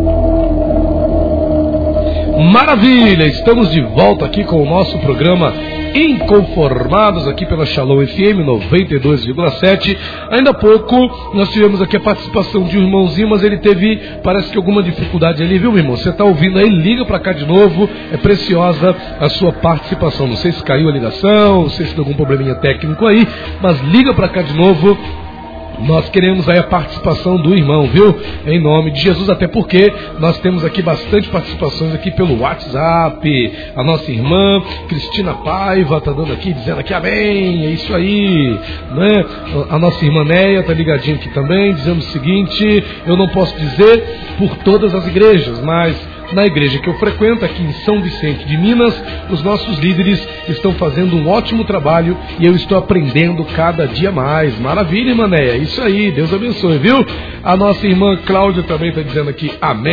Maravilha, estamos de volta aqui com o nosso programa Inconformados aqui pela Shalom F M noventa e dois vírgula sete. Ainda há pouco nós tivemos aqui a participação de um irmãozinho, mas ele teve, parece que alguma dificuldade ali, viu, meu irmão? Você está ouvindo aí? Liga para cá de novo, é preciosa a sua participação. Não sei se caiu a ligação, não sei se tem algum probleminha técnico aí, mas liga para cá de novo. Nós queremos aí a participação do irmão, viu? Em nome de Jesus, até porque nós temos aqui bastante participações aqui pelo WhatsApp. A nossa irmã Cristina Paiva está dando aqui, dizendo aqui, amém, é isso aí, né? A nossa irmã Neia está ligadinha aqui também, dizendo o seguinte, eu não posso dizer por todas as igrejas, mas na igreja que eu frequento, aqui em São Vicente de Minas, os nossos líderes estão fazendo um ótimo trabalho e eu estou aprendendo cada dia mais. Maravilha, irmã Neia, isso aí, Deus abençoe, viu? A nossa irmã Cláudia também está dizendo aqui,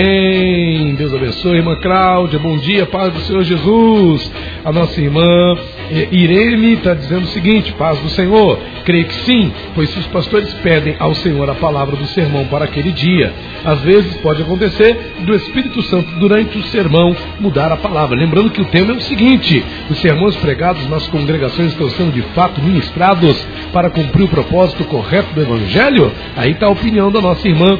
amém, Deus abençoe, irmã Cláudia, bom dia, paz do Senhor Jesus. A nossa irmã Irene está dizendo o seguinte, paz do Senhor, creio que sim, pois se os pastores pedem ao Senhor a palavra do sermão para aquele dia, às vezes pode acontecer do Espírito Santo durante o sermão mudar a palavra. Lembrando que o tema é o seguinte, os sermões pregados nas congregações estão sendo de fato ministrados para cumprir o propósito correto do Evangelho? Aí está a opinião da nossa irmã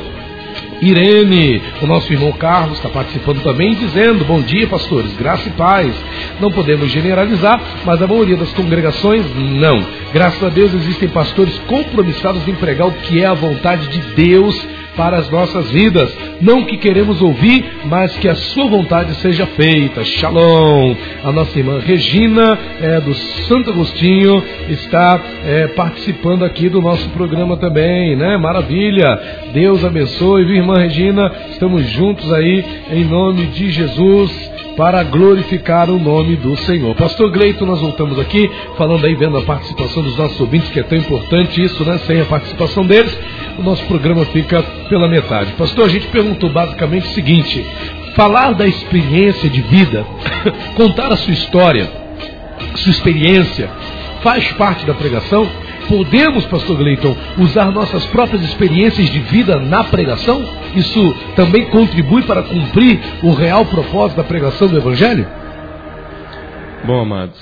Irene. O nosso irmão Carlos está participando também, dizendo, bom dia pastores, graça e paz. Não podemos generalizar, mas a maioria das congregações não. Graças a Deus existem pastores compromissados em pregar o que é a vontade de Deus para as nossas vidas, não o que queremos ouvir, mas que a sua vontade seja feita. Shalom. A nossa irmã Regina, é, do Santo Agostinho, está é, participando aqui do nosso programa também, né? Maravilha, Deus abençoe, viu, irmã Regina? Estamos juntos aí, em nome de Jesus, para glorificar o nome do Senhor. Pastor Gleiton, nós voltamos aqui, falando aí, vendo a participação dos nossos ouvintes, que é tão importante isso, né? Sem a participação deles, o nosso programa fica pela metade. Pastor, a gente perguntou basicamente o seguinte, falar da experiência de vida, contar a sua história, sua experiência, faz parte da pregação? podemos, pastor Gleiton, usar nossas próprias experiências de vida na pregação? Isso também contribui para cumprir o real propósito da pregação do Evangelho? Bom, amados,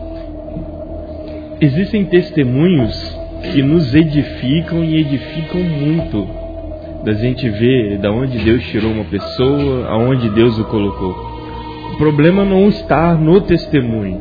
existem testemunhos que nos edificam e edificam muito, da gente ver da onde Deus tirou uma pessoa, aonde Deus o colocou. O problema não está no testemunho.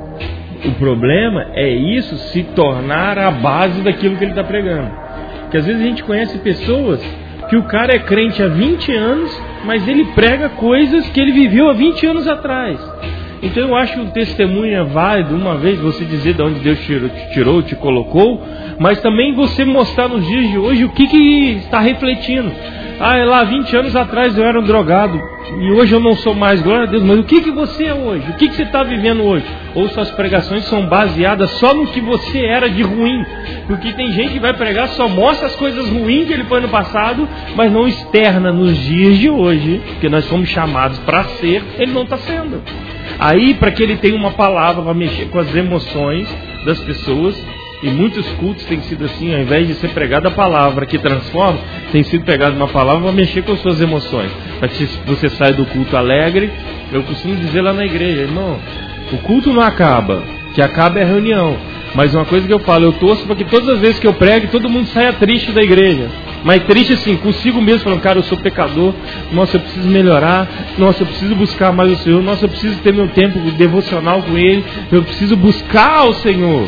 O problema é isso se tornar a base daquilo que ele está pregando. Porque às vezes a gente conhece pessoas que o cara é crente há vinte anos, mas ele prega coisas que ele viveu há vinte anos atrás. Então eu acho que o testemunho é válido, uma vez você dizer de onde Deus tirou, te tirou, te colocou, mas também você mostrar nos dias de hoje o que, que está refletindo. Ah, é lá vinte anos atrás eu era um drogado e hoje eu não sou mais, glória a Deus. Mas o que, que você é hoje? O que, que você está vivendo hoje? Ou suas pregações são baseadas só no que você era de ruim? Porque tem gente que vai pregar, só mostra as coisas ruins que ele foi no passado, mas não externa nos dias de hoje, que nós somos chamados para ser, ele não está sendo. Aí, para que ele tenha uma palavra para mexer com as emoções das pessoas, e muitos cultos têm sido assim, ao invés de ser pregada a palavra que transforma, tem sido pregada uma palavra para mexer com as suas emoções, para que você saia do culto alegre. Eu costumo dizer lá na igreja, irmão, o culto não acaba, que acaba é a reunião, mas uma coisa que eu falo, eu torço para que todas as vezes que eu prego, todo mundo saia triste da igreja, mas triste assim, consigo mesmo, falando, cara, eu sou pecador, nossa, eu preciso melhorar, nossa, eu preciso buscar mais o Senhor, nossa, eu preciso ter meu tempo devocional com Ele, eu preciso buscar o Senhor.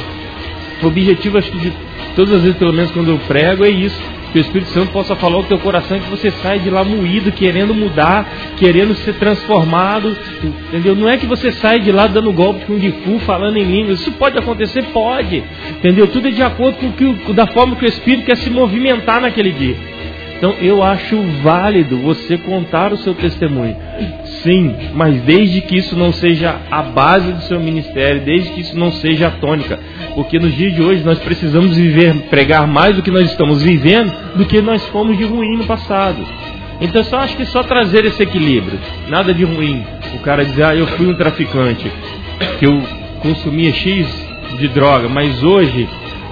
O objetivo, acho que de todas as vezes, pelo menos quando eu prego, é isso, que o Espírito Santo possa falar ao teu coração, que você saia de lá moído, querendo mudar, querendo ser transformado, entendeu? Não é que você saia de lá dando golpe com o Gifu, falando em línguas. Isso pode acontecer? Pode, entendeu? Tudo é de acordo com que, da forma que o Espírito quer se movimentar naquele dia. Então eu acho válido você contar o seu testemunho, sim, mas desde que isso não seja a base do seu ministério, desde que isso não seja a tônica, porque nos dias de hoje nós precisamos viver, pregar mais do que nós estamos vivendo do que nós fomos de ruim no passado. Então eu só acho que só trazer esse equilíbrio, nada de ruim, o cara dizer, ah, eu fui um traficante, que eu consumia X de droga, mas hoje,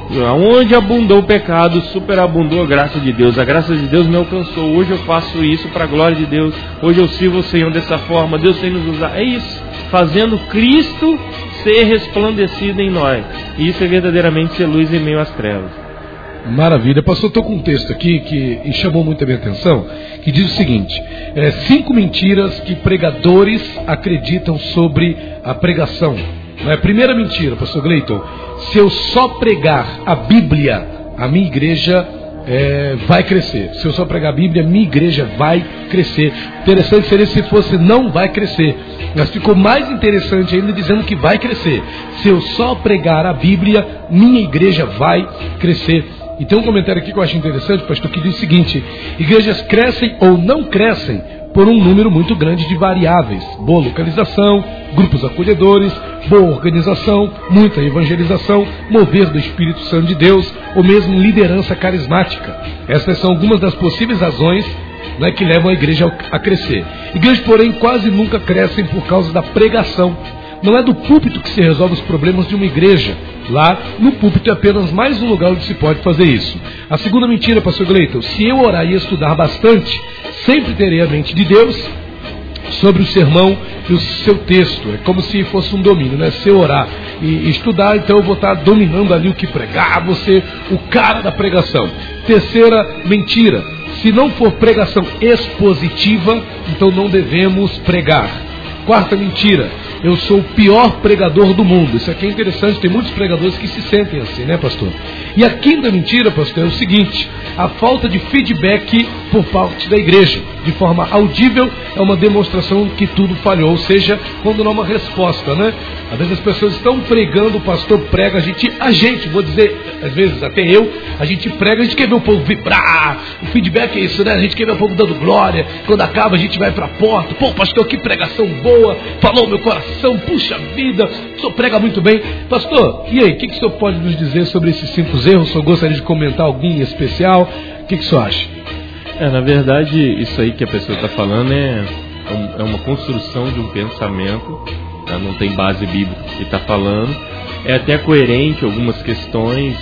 onde abundou o pecado, superabundou a graça de Deus. A graça de Deus me alcançou. Hoje eu faço isso para a glória de Deus. Hoje eu sirvo o Senhor dessa forma. Deus tem nos usado. É isso. Fazendo Cristo ser resplandecido em nós. E isso é verdadeiramente ser luz em meio às trevas. Maravilha. Pastor, estou com um texto aqui que chamou muito a minha atenção, que diz o seguinte, é, cinco mentiras que pregadores acreditam sobre a pregação. É, primeira mentira, pastor Gleiton, se eu só pregar a Bíblia, a minha igreja é, vai crescer. Se eu só pregar a Bíblia, a minha igreja vai crescer. Interessante seria se fosse não vai crescer, mas ficou mais interessante ainda dizendo que vai crescer. Se eu só pregar a Bíblia, minha igreja vai crescer. E tem um comentário aqui que eu acho interessante, pastor, que diz o seguinte: igrejas crescem ou não crescem por um número muito grande de variáveis. Boa localização, grupos acolhedores, boa organização, muita evangelização, mover do Espírito Santo de Deus, ou mesmo liderança carismática. Essas são algumas das possíveis razões, né, que levam a igreja a crescer. Igrejas, porém, quase nunca crescem por causa da pregação. Não é do púlpito que se resolve os problemas de uma igreja. Lá, no púlpito é apenas mais um lugar onde se pode fazer isso. A segunda mentira, pastor Gleiton, se eu orar e estudar bastante, sempre terei a mente de Deus sobre o sermão e o seu texto. É como se fosse um domínio, né? Se eu orar e estudar, então eu vou estar dominando ali o que pregar, vou ser o cara da pregação. Terceira mentira, se não for pregação expositiva, então não devemos pregar. Quarta mentira, eu sou o pior pregador do mundo. Isso aqui é interessante, tem muitos pregadores que se sentem assim, né, pastor? E a quinta mentira, pastor, é o seguinte: a falta de feedback por parte da igreja, de forma audível, é uma demonstração que tudo falhou, ou seja, quando não há uma resposta, né? Às vezes as pessoas estão pregando, o pastor prega, a gente, a gente, vou dizer, às vezes até eu, a gente prega, a gente quer ver o povo vibrar, o feedback é isso, né? A gente quer ver o povo dando glória, quando acaba a gente vai para a porta, pô, pastor, que pregação boa, falou meu coração, puxa vida, o senhor prega muito bem. Pastor, e aí, o que, que o senhor pode nos dizer sobre esses cinco erros? O senhor gostaria de comentar algum em especial? O que, que o senhor acha? É, na verdade, isso aí que a pessoa está falando é, é uma construção de um pensamento, tá? Não tem base bíblica que está falando. É até coerente algumas questões,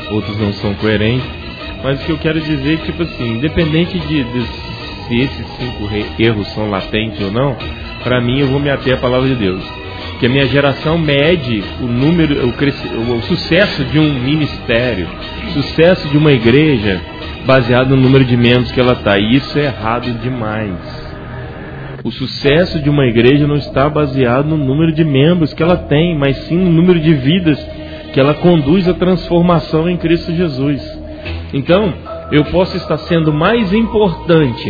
outros não são coerentes. Mas o que eu quero dizer é que, tipo assim, independente de, de se esses cinco erros são latentes ou não, para mim eu vou me ater à palavra de Deus. Que a minha geração mede o número, o, cresc... o sucesso de um ministério, o sucesso de uma igreja, baseado no número de membros que ela está. E isso é errado demais. O sucesso de uma igreja não está baseado no número de membros que ela tem, mas sim no número de vidas que ela conduz à transformação em Cristo Jesus. Então, eu posso estar sendo mais importante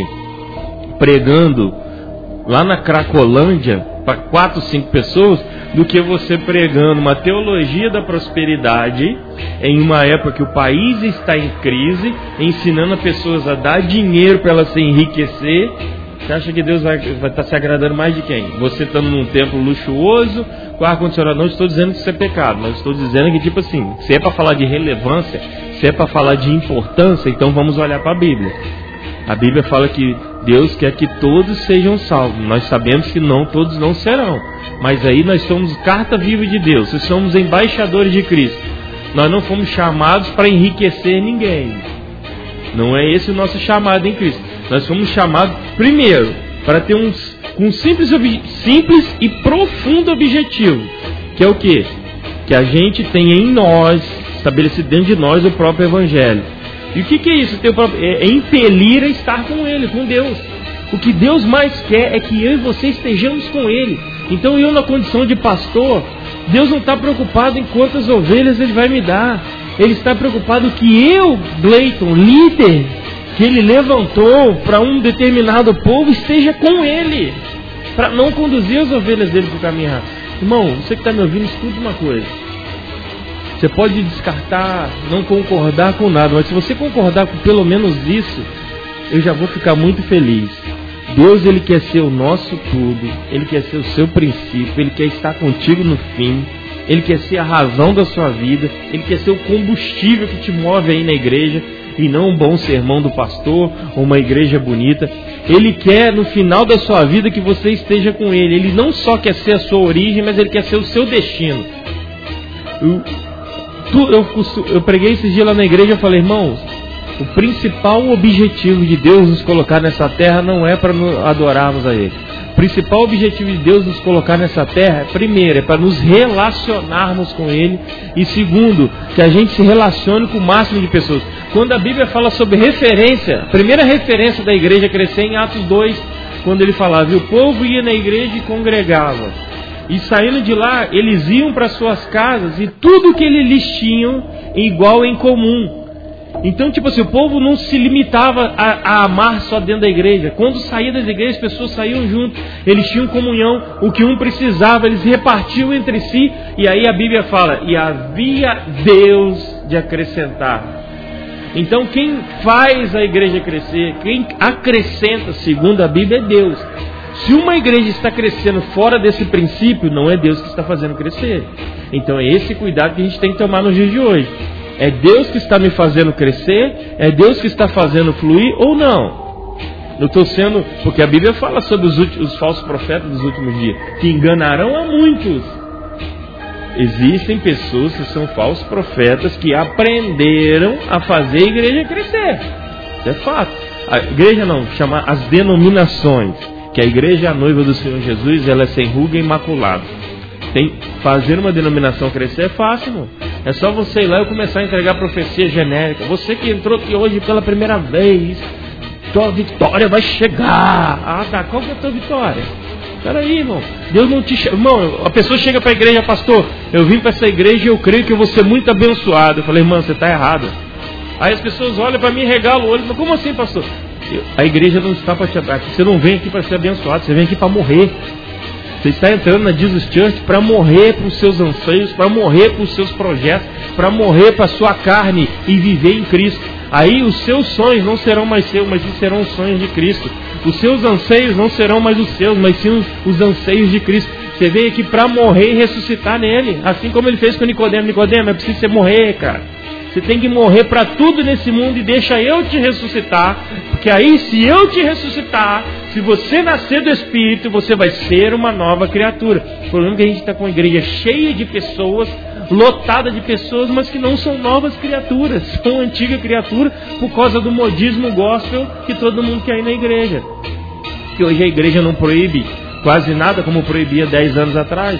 pregando lá na Cracolândia para quatro, cinco pessoas do que você pregando uma teologia da prosperidade em uma época que o país está em crise, ensinando as pessoas a dar dinheiro para elas se enriquecer. Você acha que Deus vai, vai estar se agradando mais de quem? Você estando num templo luxuoso, com ar-condicionado. Não estou dizendo que isso é pecado, mas estou dizendo que, tipo assim, se é para falar de relevância, se é para falar de importância, então vamos olhar para a Bíblia. A Bíblia fala que Deus quer que todos sejam salvos. Nós sabemos que não, todos não serão. Mas aí nós somos carta viva de Deus. Nós somos embaixadores de Cristo. Nós não fomos chamados para enriquecer ninguém. Não é esse o nosso chamado em Cristo. Nós fomos chamados, primeiro, para ter um, um simples, simples e profundo objetivo. Que é o quê? Que a gente tenha em nós, estabelecido dentro de nós, o próprio Evangelho. E o que, que é isso? É impelir a estar com Ele, com Deus. O que Deus mais quer é que eu e você estejamos com Ele. Então eu, na condição de pastor, Deus não está preocupado em quantas ovelhas Ele vai me dar. Ele está preocupado que eu, Gleiton, líder, que Ele levantou para um determinado povo, esteja com Ele, para não conduzir as ovelhas dele para o caminho errado. Irmão, você que está me ouvindo, escuta uma coisa. Você pode descartar, não concordar com nada, mas se você concordar com pelo menos isso, eu já vou ficar muito feliz. Deus, Ele quer ser o nosso tudo, Ele quer ser o seu princípio, Ele quer estar contigo no fim, Ele quer ser a razão da sua vida, Ele quer ser o combustível que te move aí na igreja, e não um bom sermão do pastor, ou uma igreja bonita. Ele quer no final da sua vida que você esteja com Ele. Ele não só quer ser a sua origem, mas Ele quer ser o seu destino. Eu, tu, eu, eu preguei esses dias lá na igreja e falei, irmãos, o principal objetivo de Deus nos colocar nessa terra não é para adorarmos a Ele. O principal objetivo de Deus nos colocar nessa terra, primeiro, é para nos relacionarmos com Ele, e segundo, que a gente se relacione com o máximo de pessoas. Quando a Bíblia fala sobre referência, a primeira referência da igreja crescer em Atos dois, quando ele falava, e o povo ia na igreja e congregava, e saindo de lá, eles iam para suas casas, e tudo que eles lhes tinham igual em comum. Então, tipo assim, o povo não se limitava a, a amar só dentro da igreja. Quando saía das igrejas, as pessoas saíam junto. Eles tinham comunhão. O que um precisava, eles repartiam entre si. E aí a Bíblia fala, e havia Deus de acrescentar. Então, quem faz a igreja crescer, quem acrescenta, segundo a Bíblia, é Deus. Se uma igreja está crescendo fora desse princípio, não é Deus que está fazendo crescer. Então, é esse cuidado que a gente tem que tomar nos dias de hoje. É Deus que está me fazendo crescer? É Deus que está fazendo fluir ou não? Eu estou sendo... Porque a Bíblia fala sobre os, últimos, os falsos profetas dos últimos dias, que enganarão a muitos. Existem pessoas que são falsos profetas que aprenderam a fazer a igreja crescer. Isso é fato. A igreja não, chama as denominações. Que a igreja é a noiva do Senhor Jesus, ela é sem ruga e imaculada. Tem, fazer uma denominação crescer é fácil, irmão. É só você ir lá e começar a entregar profecia genérica. Você que entrou aqui hoje pela primeira vez, tua vitória vai chegar. Ah, tá. Qual que é a tua vitória? Peraí, irmão. Deus não te chama. Irmão, a pessoa chega para a igreja, pastor, eu vim para essa igreja e eu creio que eu vou ser muito abençoado. Eu falei, irmão, você está errado. Aí as pessoas olham para mim e regalam o olho. Mas como assim, pastor? A igreja não está para te abençoar. Você não vem aqui para ser abençoado, você vem aqui para morrer. Você está entrando na Jesus Church para morrer para os seus anseios, para morrer para os seus projetos, para morrer para a sua carne e viver em Cristo. Aí os seus sonhos não serão mais seus, mas sim serão os sonhos de Cristo. Os seus anseios não serão mais os seus, mas sim os, os anseios de Cristo. Você veio aqui para morrer e ressuscitar nele. Assim como ele fez com Nicodemo. Nicodemo, é preciso você morrer, cara. Você tem que morrer para tudo nesse mundo e deixa eu te ressuscitar. Porque aí, se eu te ressuscitar, se você nascer do Espírito, você vai ser uma nova criatura. O problema é que a gente está com uma igreja cheia de pessoas lotada de pessoas, mas que não são novas criaturas, são antiga criatura por causa do modismo gospel que todo mundo quer ir na igreja. Que hoje a igreja não proíbe quase nada como proibia dez anos atrás.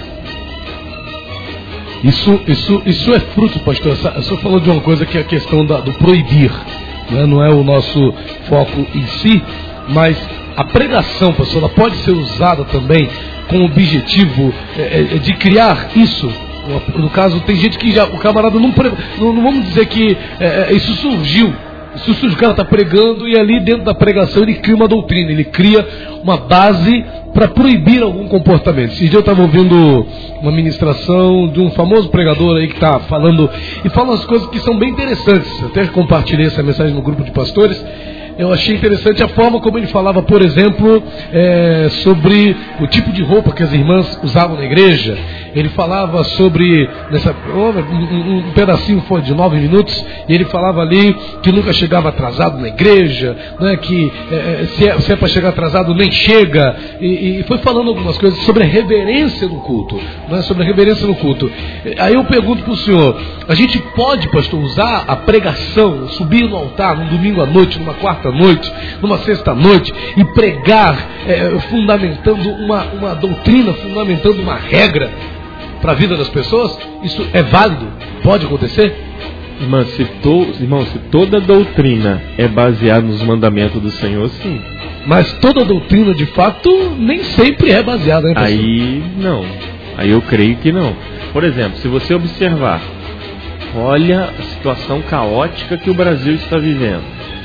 Isso, isso, isso é fruto, pastor. O senhor falou de uma coisa que é a questão da, do proibir, né? Não é o nosso foco em si, mas a pregação, pastor, ela pode ser usada também com o objetivo é, de criar isso. No caso, tem gente que já, o camarada não, não, não vamos dizer que é, isso surgiu. Isso surgiu, o cara está pregando e ali dentro da pregação ele cria uma doutrina, ele cria uma base para proibir algum comportamento. Esse dia eu estava ouvindo uma ministração de um famoso pregador aí que está falando, e fala umas coisas que são bem interessantes. Eu até compartilhei essa mensagem no grupo de pastores. Eu achei interessante a forma como ele falava, por exemplo, é, sobre o tipo de roupa que as irmãs usavam na igreja. Ele falava sobre, nessa, um, um pedacinho foi de nove minutos, e ele falava ali que nunca chegava atrasado na igreja, né, que é, se é, se é para chegar atrasado nem chega, e, e foi falando algumas coisas sobre a reverência no culto, né, sobre a reverência no culto. Aí eu pergunto para o senhor, a gente pode, pastor, usar a pregação, subir no altar num domingo à noite, numa quarta noite, numa sexta noite, e pregar é, fundamentando uma, uma doutrina, fundamentando uma regra para a vida das pessoas? Isso é válido? Pode acontecer? Irmão, se, to, irmão, se toda doutrina é baseada nos mandamentos do Senhor, sim. Mas toda doutrina, de fato, nem sempre é baseada, né, pastor? Aí não. Aí eu creio que não. Por exemplo, se você observar, olha a situação caótica que o Brasil está vivendo.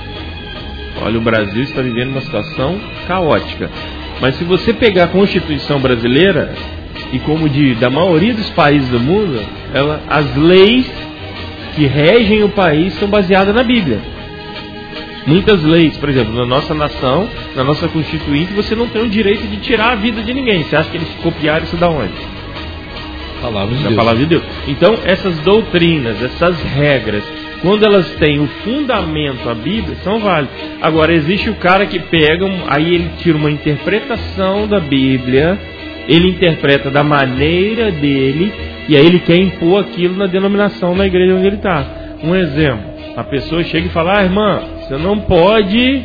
Olha, o Brasil está vivendo uma situação caótica. Mas se você pegar a Constituição brasileira, e como de da maioria dos países do mundo, ela, as leis que regem o país são baseadas na Bíblia. Muitas leis, por exemplo, na nossa nação, na nossa Constituinte, você não tem o direito de tirar a vida de ninguém. Você acha que eles copiaram isso da onde? Palavra de da Deus. Palavra de Deus. Então, essas doutrinas, essas regras, quando elas têm o fundamento, a Bíblia, são válidas. Agora, existe o cara que pega, aí ele tira uma interpretação da Bíblia, ele interpreta da maneira dele, e aí ele quer impor aquilo na denominação, na igreja onde ele está. Um exemplo, a pessoa chega e fala, ah, irmã, você não pode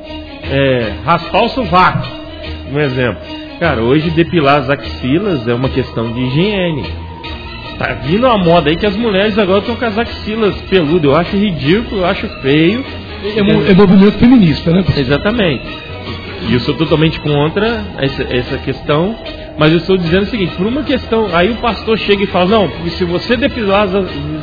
é, raspar o sovaco. Um exemplo. Cara, hoje depilar as axilas é uma questão de higiene. Tá vindo a moda aí que as mulheres agora estão com as axilas peludas. Eu acho ridículo, eu acho feio. É, é, é movimento feminista, né? Exatamente. E eu sou totalmente contra essa, essa questão. Mas eu estou dizendo o seguinte, por uma questão, aí o pastor chega e fala, não, porque se você depilar as,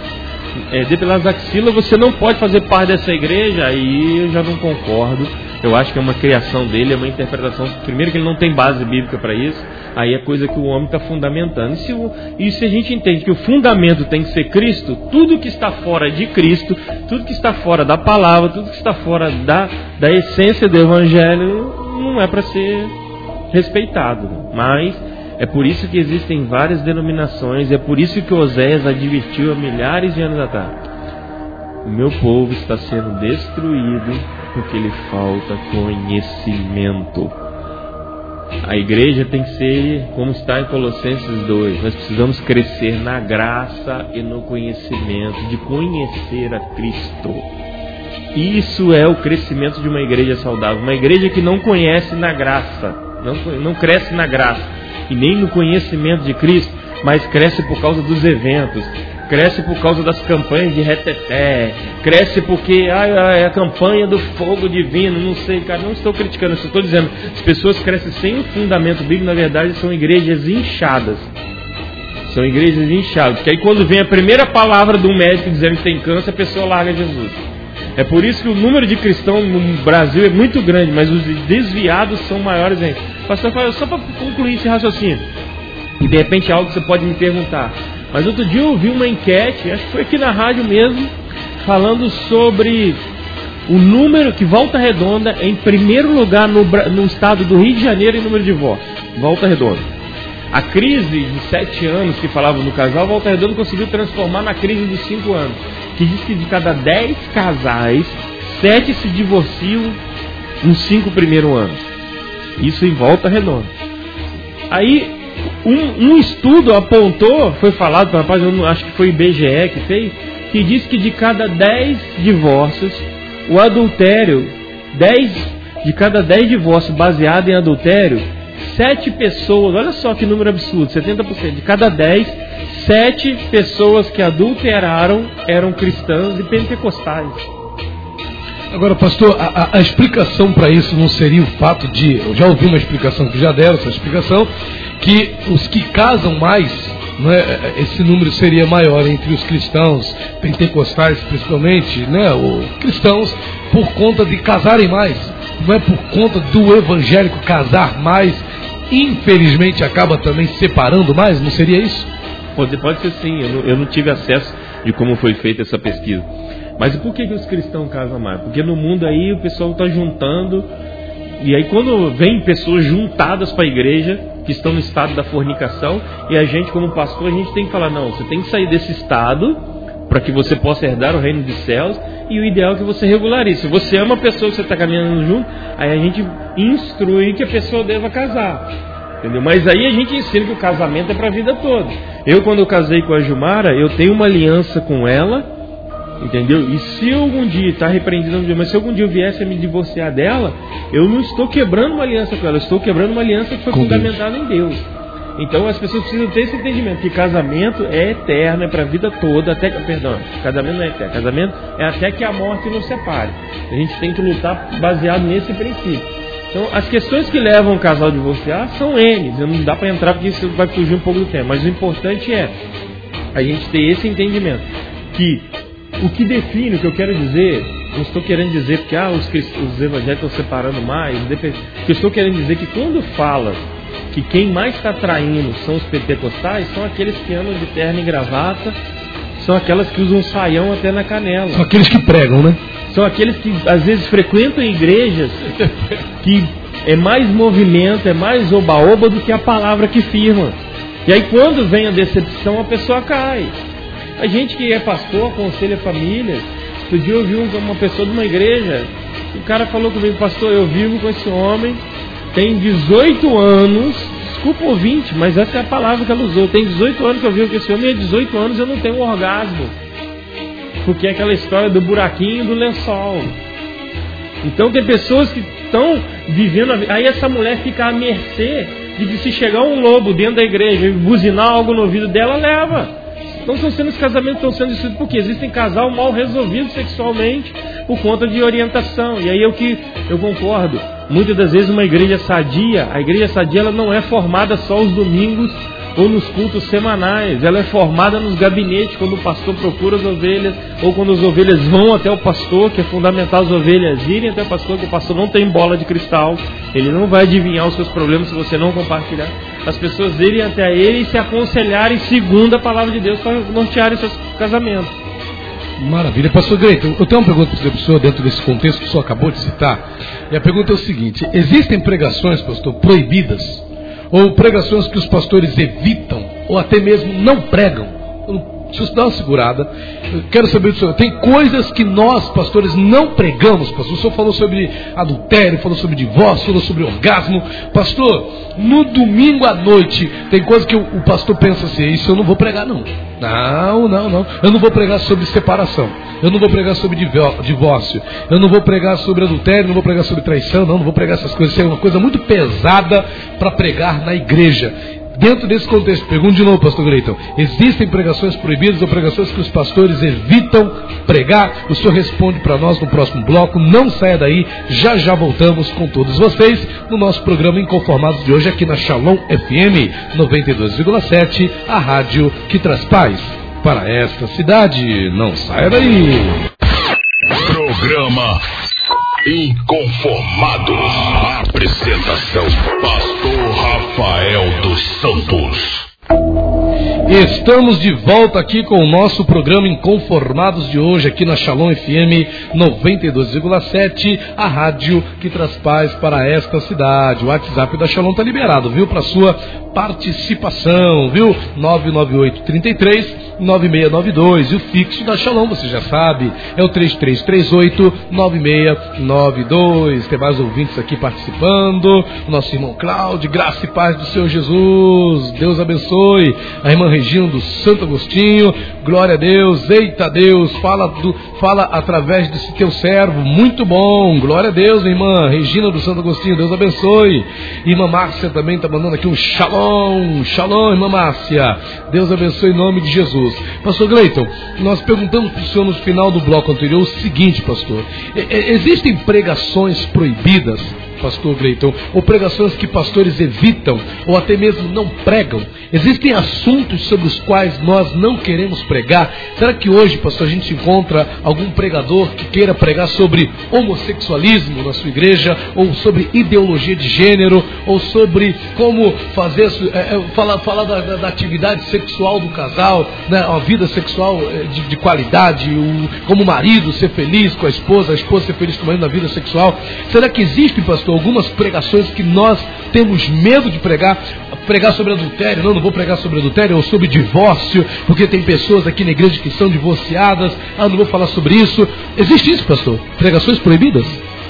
é, depilar as axilas, você não pode fazer parte dessa igreja. Aí eu já não concordo. Eu acho que é uma criação dele, é uma interpretação. Primeiro que ele não tem base bíblica para isso. Aí é coisa que o homem está fundamentando. E se, o, e se a gente entende que o fundamento tem que ser Cristo, tudo que está fora de Cristo, tudo que está fora da palavra, tudo que está fora da, da essência do Evangelho, não é para ser respeitado. Mas é por isso que existem várias denominações, é por isso que Oséias advertiu há milhares de anos atrás. O meu povo está sendo destruído porque lhe falta conhecimento. A igreja tem que ser como está em Colossenses dois. Nós precisamos crescer na graça e no conhecimento, de conhecer a Cristo. Isso é o crescimento de uma igreja saudável. Uma igreja que não conhece na graça, não, não cresce na graça e nem no conhecimento de Cristo, mas cresce por causa dos eventos, cresce por causa das campanhas de reteté, cresce porque ah, é a campanha do fogo divino, não sei, cara, não estou criticando, só estou dizendo, as pessoas crescem sem o fundamento bíblico, na verdade são igrejas inchadas, são igrejas inchadas, porque aí quando vem a primeira palavra de um médico dizendo que tem câncer, a pessoa larga Jesus. É por isso que o número de cristãos no Brasil é muito grande, mas os desviados são maiores ainda. Pastor, só para concluir esse raciocínio, e de repente é algo que você pode me perguntar, mas outro dia eu ouvi uma enquete, acho que foi aqui na rádio mesmo, falando sobre o número que Volta Redonda é em primeiro lugar no, no estado do Rio de Janeiro em número de votos. Volta Redonda. A crise de sete anos que falava no casal, Volta Redonda conseguiu transformar na crise dos cinco anos. Que diz que de cada dez casais, sete se divorciam nos cinco primeiros anos. Isso em Volta Redonda. Aí um, um estudo apontou, foi falado para rapaz, eu não, acho que foi o I B G E que fez, que diz que de cada dez divórcios, o adultério, dez, de cada dez divórcios baseados em adultério, sete pessoas, olha só que número absurdo, setenta por cento, de cada dez, sete pessoas que adulteraram eram cristãs e pentecostais. Agora, pastor, a, a, a explicação para isso não seria o fato de, eu já ouvi uma explicação que já deram essa explicação, que os que casam mais, né, esse número seria maior entre os cristãos, pentecostais principalmente, né, ou cristãos, por conta de casarem mais, não é por conta do evangélico casar mais, infelizmente acaba também separando mais, não seria isso? Pode, pode ser sim, eu não, eu não tive acesso de como foi feita essa pesquisa. Mas e por que, que os cristãos casam mais? Porque no mundo aí o pessoal está juntando, e aí quando vem pessoas juntadas para a igreja, que estão no estado da fornicação, e a gente como pastor, a gente tem que falar, não, você tem que sair desse estado, para que você possa herdar o reino dos céus, e o ideal é que você regularize. Se você ama a pessoa que você está caminhando junto, aí a gente instrui que a pessoa deva casar. Entendeu? Mas aí a gente ensina que o casamento é para a vida toda. Eu, quando eu casei com a Gilmara, eu tenho uma aliança com ela, entendeu? E se eu algum dia, está repreendido, mas se algum dia eu viesse a me divorciar dela, eu não estou quebrando uma aliança com ela, eu estou quebrando uma aliança que foi com fundamentada Deus. Em Deus. Então as pessoas precisam ter esse entendimento, que casamento é eterno, é para a vida toda, até que, perdão, casamento não é eterno, casamento é até que a morte nos separe. A gente tem que lutar baseado nesse princípio. Então, as questões que levam o casal a divorciar são N, não dá para entrar porque isso vai fugir um pouco do tema, mas o importante é a gente ter esse entendimento, que o que define, o que eu quero dizer, não estou querendo dizer porque ah, os, os evangélicos estão separando mais, o que eu estou querendo dizer que quando fala que quem mais está traindo são os pentecostais, são aqueles que andam de terno e gravata, são aquelas que usam saião até na canela. São aqueles que pregam, né? São aqueles que às vezes frequentam igrejas que é mais movimento, é mais oba-oba do que a palavra que firma. E aí quando vem a decepção, a pessoa cai. A gente que é pastor, aconselha famílias. Outro dia eu vi uma pessoa de uma igreja, o cara falou comigo, pastor, eu vivo com esse homem, tem dezoito anos, desculpa ouvinte, mas essa é a palavra que ela usou, tem dezoito anos que eu vivo com esse homem e há dezoito anos eu não tenho um orgasmo. Porque é aquela história do buraquinho do lençol. Então tem pessoas que estão vivendo a... Aí essa mulher fica à mercê de que se chegar um lobo dentro da igreja e buzinar algo no ouvido dela, leva. Não estão sendo os casamentos, estão sendo destruídos porque existem casal mal resolvidos sexualmente por conta de orientação. E aí é o que eu concordo. Muitas das vezes uma igreja sadia, a igreja sadia ela não é formada só os domingos ou nos cultos semanais, ela é formada nos gabinetes, quando o pastor procura as ovelhas, ou quando as ovelhas vão até o pastor, que é fundamental as ovelhas irem até o pastor, que o pastor não tem bola de cristal, ele não vai adivinhar os seus problemas se você não compartilhar. As pessoas irem até ele e se aconselharem segundo a palavra de Deus para nortearem seus casamentos. Maravilha. Pastor Greito, eu tenho uma pergunta para o senhor dentro desse contexto que o senhor acabou de citar, e a pergunta é o seguinte: existem pregações, pastor, proibidas, ou pregações que os pastores evitam, ou até mesmo não pregam? Deixa eu dar uma segurada. Eu quero saber do senhor. Tem coisas que nós, pastores, não pregamos, pastor. O senhor falou sobre adultério, falou sobre divórcio, falou sobre orgasmo. Pastor, no domingo à noite, tem coisas que o, o pastor pensa assim: isso eu não vou pregar, não. Não, não, não. Eu não vou pregar sobre separação. Eu não vou pregar sobre divórcio. Eu não vou pregar sobre adultério, não vou pregar sobre traição, não, não vou pregar essas coisas. Isso é uma coisa muito pesada para pregar na igreja. Dentro desse contexto, pergunto de novo, pastor Gleitão, existem pregações proibidas ou pregações que os pastores evitam pregar? O senhor responde para nós no próximo bloco. Não saia daí, já já voltamos com todos vocês no nosso programa Inconformados de hoje aqui na Shalom F M noventa e dois vírgula sete, a rádio que traz paz para esta cidade. Não saia daí. Programa Inconformados. Apresentação: Pastor Rafael dos Santos. Estamos de volta aqui com o nosso programa Inconformados de hoje, aqui na Shalom F M noventa e dois vírgula sete, a rádio que traz paz para esta cidade. O WhatsApp da Shalom está liberado, viu? Para sua participação, viu? nove nove oito, três três, nove seis nove dois. E o fixo da Shalom, você já sabe, é o três três três oito, nove seis nove dois. Tem mais ouvintes aqui participando. O nosso irmão Cláudio, graça e paz do Senhor Jesus. Deus abençoe. A irmã Regina do Santo Agostinho, glória a Deus. Eita Deus, fala, do, fala através desse teu servo, muito bom, glória a Deus, irmã Regina do Santo Agostinho, Deus abençoe. Irmã Márcia também está mandando aqui um shalom, shalom, irmã Márcia, Deus abençoe em nome de Jesus. Pastor Gleiton, nós perguntamos para o senhor no final do bloco anterior o seguinte, pastor, existem pregações proibidas, pastor Gleiton, ou pregações que pastores evitam, ou até mesmo não pregam? Existem assuntos sobre os quais nós não queremos pregar? Será que hoje, pastor, a gente encontra algum pregador que queira pregar sobre homossexualismo na sua igreja, ou sobre ideologia de gênero, ou sobre como fazer, é, falar, falar da, da atividade sexual do casal, né, a vida sexual de, de qualidade, o, como o marido ser feliz com a esposa, a esposa ser feliz com o marido na vida sexual? Será que existem, pastor, algumas pregações que nós temos medo de pregar? Pregar sobre adultério? Não, não vou pregar sobre adultério, ou sobre divórcio, porque tem pessoas aqui na igreja que são divorciadas. Ah, não vou falar sobre isso. Existe isso, pastor? Pregações proibidas?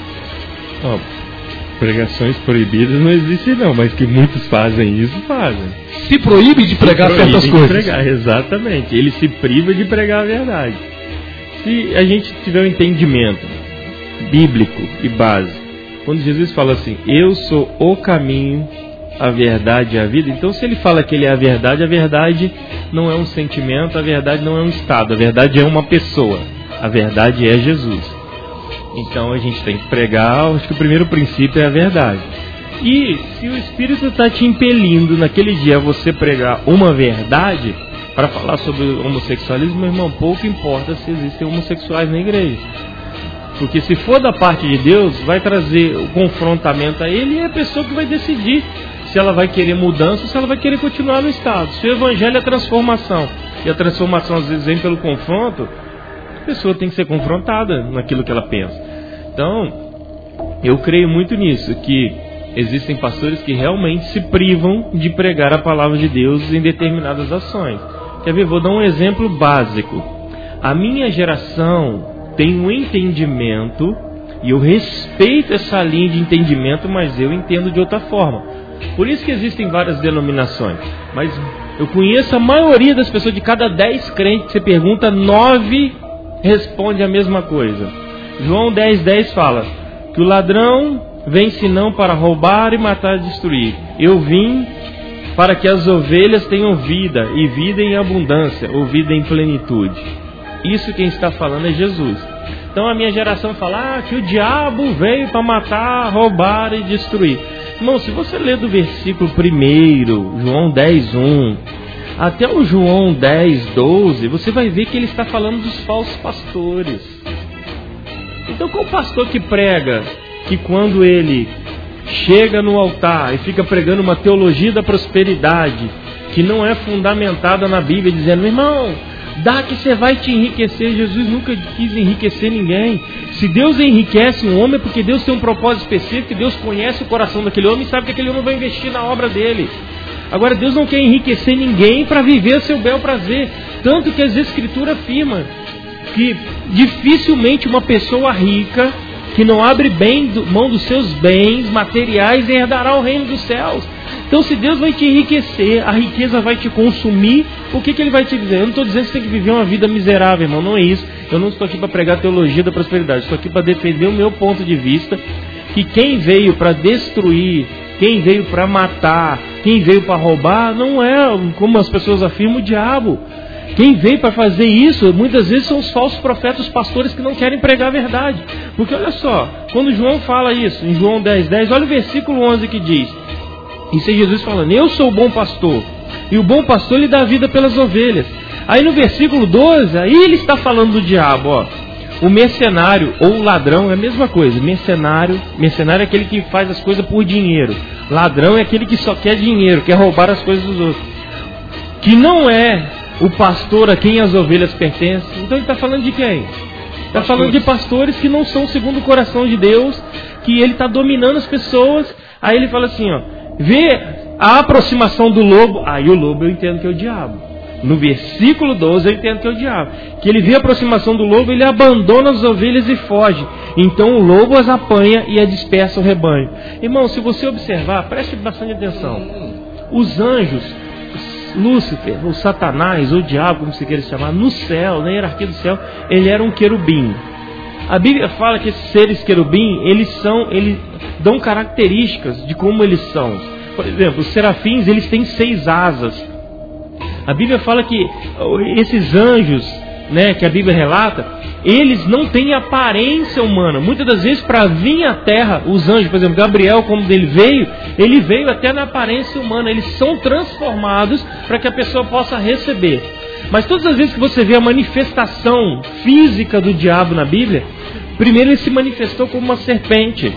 Oh, pregações proibidas não existem não, mas que muitos fazem isso, fazem. Se proíbe de pregar se proíbe certas de coisas. Pregar, exatamente. Ele se priva de pregar a verdade. Se a gente tiver um entendimento bíblico e básico, quando Jesus fala assim, eu sou o caminho, a verdade e a vida, então se ele fala que ele é a verdade, a verdade não é um sentimento, a verdade não é um estado, a verdade é uma pessoa, a verdade é Jesus. Então a gente tem que pregar, acho que o primeiro princípio é a verdade. E se o Espírito está te impelindo naquele dia a você pregar uma verdade, para falar sobre o homossexualismo, meu irmão, pouco importa se existem homossexuais na igreja. Porque se for da parte de Deus, vai trazer o confrontamento a ele e é a pessoa que vai decidir se ela vai querer mudança ou se ela vai querer continuar no estado. Se o evangelho é transformação, e a transformação às vezes vem pelo confronto, a pessoa tem que ser confrontada naquilo que ela pensa. Então, eu creio muito nisso, que existem pastores que realmente se privam de pregar a palavra de Deus em determinadas ações. Quer ver? Vou dar um exemplo básico. A minha geração tem um entendimento, e eu respeito essa linha de entendimento, mas eu entendo de outra forma. Por isso que existem várias denominações. Mas eu conheço a maioria das pessoas, de cada dez crentes que você pergunta, nove responde a mesma coisa. João dez, dez fala que o ladrão vem senão para roubar e matar e destruir. Eu vim para que as ovelhas tenham vida, e vida em abundância, ou vida em plenitude. Isso quem está falando é Jesus. Então a minha geração fala ah, que o diabo veio para matar, roubar e destruir. Irmão, se você ler do versículo primeiro, João dez, um, até o João dez, doze, você vai ver que ele está falando dos falsos pastores. Então qual pastor que prega que quando ele chega no altar e fica pregando uma teologia da prosperidade que não é fundamentada na Bíblia, dizendo, irmão, dá que você vai te enriquecer. Jesus nunca quis enriquecer ninguém. Se Deus enriquece um homem é porque Deus tem um propósito específico, que Deus conhece o coração daquele homem e sabe que aquele homem vai investir na obra dele. Agora Deus não quer enriquecer ninguém para viver seu bel prazer. Tanto que as Escrituras afirmam que dificilmente uma pessoa rica, que não abre bem mão dos seus bens materiais, herdará o reino dos céus. Então se Deus vai te enriquecer, a riqueza vai te consumir, o que, que Ele vai te dizer? Eu não estou dizendo que você tem que viver uma vida miserável, irmão, não é isso. Eu não estou aqui para pregar a teologia da prosperidade, estou aqui para defender o meu ponto de vista, que quem veio para destruir, quem veio para matar, quem veio para roubar, não é, como as pessoas afirmam, o diabo. Quem veio para fazer isso, muitas vezes são os falsos profetas, os pastores que não querem pregar a verdade. Porque olha só, quando João fala isso, em João dez, dez, olha o versículo onze que diz, isso é Jesus falando, eu sou o bom pastor, e o bom pastor lhe dá a vida pelas ovelhas. Aí no versículo doze, aí ele está falando do diabo, ó. O mercenário ou o ladrão é a mesma coisa. Mercenário, mercenário é aquele que faz as coisas por dinheiro. Ladrão é aquele que só quer dinheiro, quer roubar as coisas dos outros. que não é o pastor a quem as ovelhas pertencem. Então ele está falando de quem? Está falando de pastores que não são segundo o coração de Deus, que ele está dominando as pessoas. Aí ele fala assim, ó, vê a aproximação do lobo. Aí o lobo eu entendo que é o diabo. No versículo doze eu entendo que é o diabo. Que ele vê a aproximação do lobo, ele abandona as ovelhas e foge. Então o lobo as apanha e a dispersa o rebanho. Irmão, se você observar, preste bastante atenção. Os anjos, Lúcifer, o Satanás, ou o diabo, como você queira chamar, no céu, na hierarquia do céu, ele era um querubim. A Bíblia fala que esses seres querubim, eles são, eles dão características de como eles são. Por exemplo, os serafins, eles têm seis asas. A Bíblia fala que esses anjos, né, que a Bíblia relata, eles não têm aparência humana. Muitas das vezes, para vir à terra, os anjos, por exemplo, Gabriel, como ele veio, ele veio até na aparência humana. Eles são transformados para que a pessoa possa receber. Mas todas as vezes que você vê a manifestação física do diabo na Bíblia, primeiro ele se manifestou como uma serpente,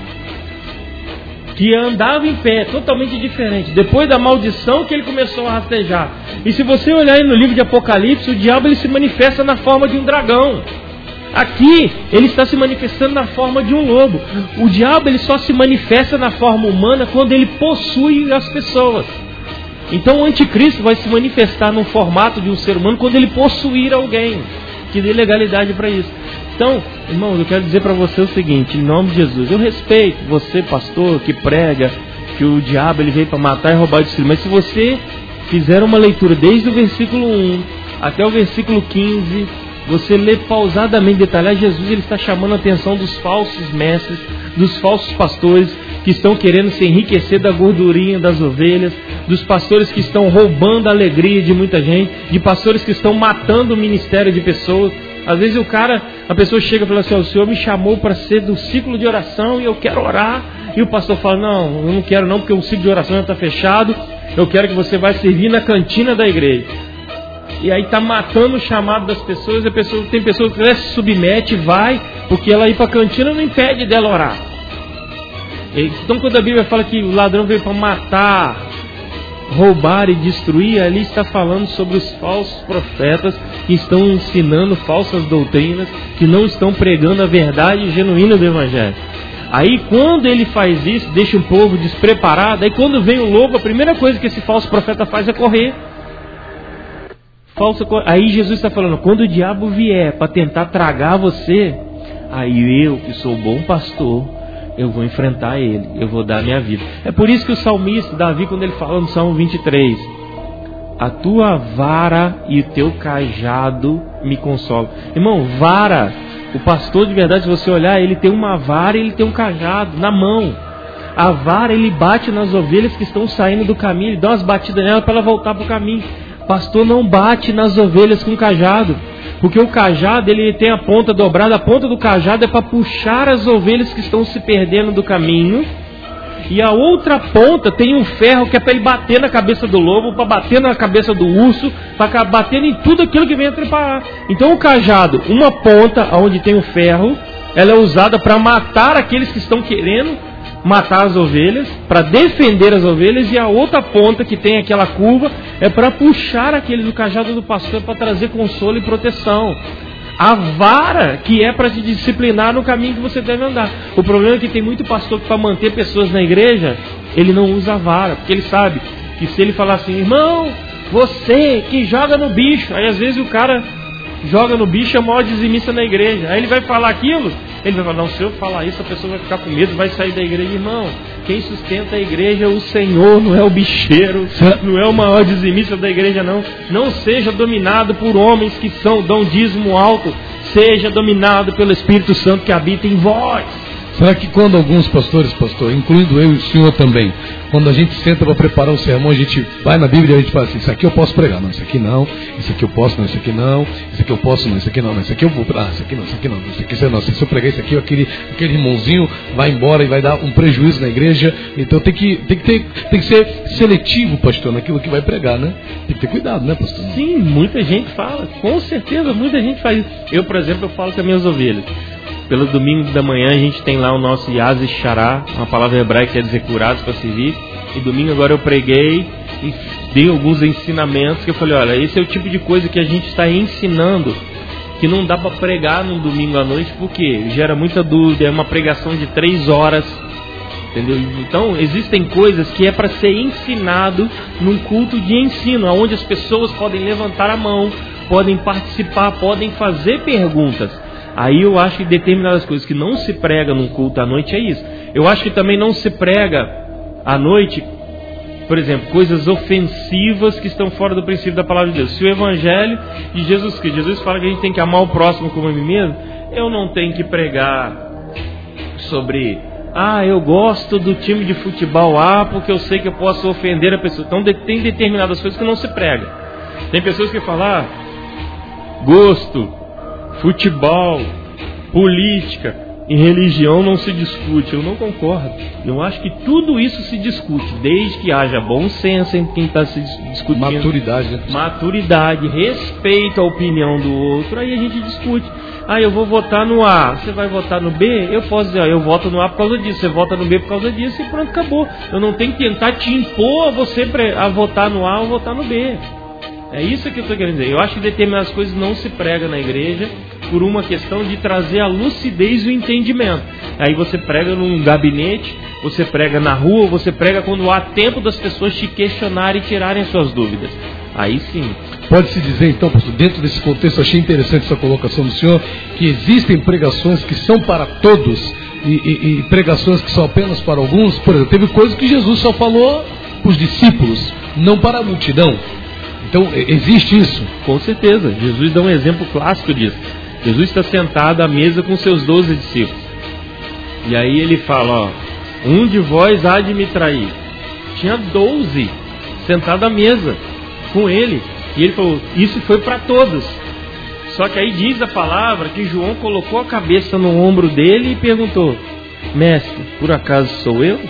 que andava em pé, totalmente diferente. Depois da maldição que ele começou a rastejar. E se você olhar aí no livro de Apocalipse, o diabo ele se manifesta na forma de um dragão. Aqui, ele está se manifestando na forma de um lobo. O diabo ele só se manifesta na forma humana quando ele possui as pessoas. Então o anticristo vai se manifestar no formato de um ser humano quando ele possuir alguém, que dê legalidade para isso. Então, irmãos, eu quero dizer para você o seguinte, em nome de Jesus, eu respeito você, pastor, que prega que o diabo ele veio para matar e roubar e destruir, mas se você fizer uma leitura desde o versículo um até o versículo quinze, você lê pausadamente, detalhar, Jesus ele está chamando a atenção dos falsos mestres, dos falsos pastores que estão querendo se enriquecer da gordurinha das ovelhas, dos pastores que estão roubando a alegria de muita gente, de pastores que estão matando o ministério de pessoas. Às vezes o cara, a pessoa chega e fala assim, ó, o Senhor me chamou para ser do ciclo de oração e eu quero orar. E o pastor fala, não, eu não quero não, porque o ciclo de oração já está fechado, eu quero que você vai servir na cantina da igreja. E aí está matando o chamado das pessoas, a pessoa, tem pessoas que se submete, vai, porque ela ir para a cantina não impede dela orar. Então quando a Bíblia fala que o ladrão veio para matar, roubar e destruir, ali está falando sobre os falsos profetas que estão ensinando falsas doutrinas, que não estão pregando a verdade genuína do Evangelho. Aí quando ele faz isso, deixa o povo despreparado, aí quando vem o lobo, a primeira coisa que esse falso profeta faz é correr. Falso, aí Jesus está falando, quando o diabo vier para tentar tragar você, aí eu, que sou bom pastor, eu vou enfrentar ele, eu vou dar minha vida. É por isso que o salmista, Davi, quando ele fala no Salmo vinte e três, a tua vara e o teu cajado me consolam. Irmão, vara, o pastor de verdade, se você olhar, ele tem uma vara e ele tem um cajado na mão. A vara, ele bate nas ovelhas que estão saindo do caminho, ele dá umas batidas nela para ela voltar para o caminho. Pastor não bate nas ovelhas com cajado, porque o cajado ele tem a ponta dobrada, a ponta do cajado é para puxar as ovelhas que estão se perdendo do caminho, e a outra ponta tem um ferro que é para ele bater na cabeça do lobo, para bater na cabeça do urso, para bater em tudo aquilo que vem atrapalhar. Então o cajado, uma ponta onde tem o ferro, ela é usada para matar aqueles que estão querendo matar as ovelhas, para defender as ovelhas, e a outra ponta que tem aquela curva é para puxar aquele do cajado do pastor para trazer consolo e proteção. A vara que é para te disciplinar no caminho que você deve andar. O problema é que tem muito pastor que para manter pessoas na igreja, ele não usa a vara, porque ele sabe que se ele falar assim, irmão, você que joga no bicho, aí às vezes o cara joga no bicho, é o maior dizimista na igreja, aí ele vai falar aquilo, ele vai falar, não, se eu falar isso, a pessoa vai ficar com medo, vai sair da igreja. Irmão, quem sustenta a igreja é o Senhor, não é o bicheiro, não é o maior dizimista da igreja, não. Não seja dominado por homens que são, dão dízimo alto, seja dominado pelo Espírito Santo que habita em vós. Será que quando alguns pastores, pastor, incluindo eu e o senhor também, quando a gente senta para preparar um sermão, a gente vai na Bíblia e a gente fala assim, isso aqui eu posso pregar, não, isso aqui não, isso aqui eu posso, não, isso aqui não, isso aqui eu posso, não, isso aqui não, não, isso aqui eu vou, ah, isso aqui não, isso aqui não, isso aqui não, se eu pregar isso aqui, aquele, aquele irmãozinho vai embora e vai dar um prejuízo na igreja, então tem que, tem que, ter, tem que ser seletivo, pastor, naquilo que vai pregar, né? Tem que ter cuidado, né, pastor? Sim, muita gente fala, com certeza, muita gente faz isso. Eu, por exemplo, eu falo com as minhas ovelhas. Pelo domingo da manhã a gente tem lá o nosso Yaz e Xará, uma palavra hebraica que quer dizer curados para servir. E domingo agora eu preguei e dei alguns ensinamentos que eu falei, olha, esse é o tipo de coisa que a gente está ensinando, que não dá para pregar num domingo à noite, porque gera muita dúvida, é uma pregação de três horas, entendeu? Então existem coisas que é para ser ensinado num culto de ensino, onde as pessoas podem levantar a mão, podem participar, podem fazer perguntas. Aí eu acho que determinadas coisas que não se prega num culto à noite é isso. Eu acho que também não se prega à noite, por exemplo, coisas ofensivas que estão fora do princípio da palavra de Deus. Se o evangelho de Jesus Cristo, Jesus fala que a gente tem que amar o próximo como a mim mesmo, eu não tenho que pregar sobre, ah, eu gosto do time de futebol A porque eu sei que eu posso ofender a pessoa. Então tem determinadas coisas que não se prega. Tem pessoas que falam, ah, gosto, futebol, política e religião não se discute. Eu não concordo. Eu acho que tudo isso se discute, desde que haja bom senso em quem está se discutindo. Maturidade, né? Maturidade, respeito à opinião do outro, aí a gente discute. Ah, eu vou votar no A, você vai votar no B? Eu posso dizer, ó, eu voto no A por causa disso, você vota no B por causa disso e pronto, acabou. Eu não tenho que tentar te impor a você a votar no A ou votar no B. É isso que eu estou querendo dizer. Eu acho que determinadas coisas não se prega na igreja por uma questão de trazer a lucidez e o entendimento. Aí você prega num gabinete, você prega na rua, você prega quando há tempo das pessoas te questionarem e tirarem suas dúvidas. Aí sim. Pode-se dizer então, pastor, dentro desse contexto, achei interessante essa colocação do senhor, que existem pregações que são para todos e, e, e pregações que são apenas para alguns. Por exemplo, teve coisas que Jesus só falou para os discípulos, não para a multidão. Então, existe isso? Com certeza. Jesus dá um exemplo clássico disso. Jesus está sentado à mesa com seus doze discípulos. E aí ele fala, ó, um de vós há de me trair. Tinha doze sentados à mesa com ele. E ele falou, isso foi para todos. Só que aí diz a palavra que João colocou a cabeça no ombro dele e perguntou, mestre, por acaso sou eu?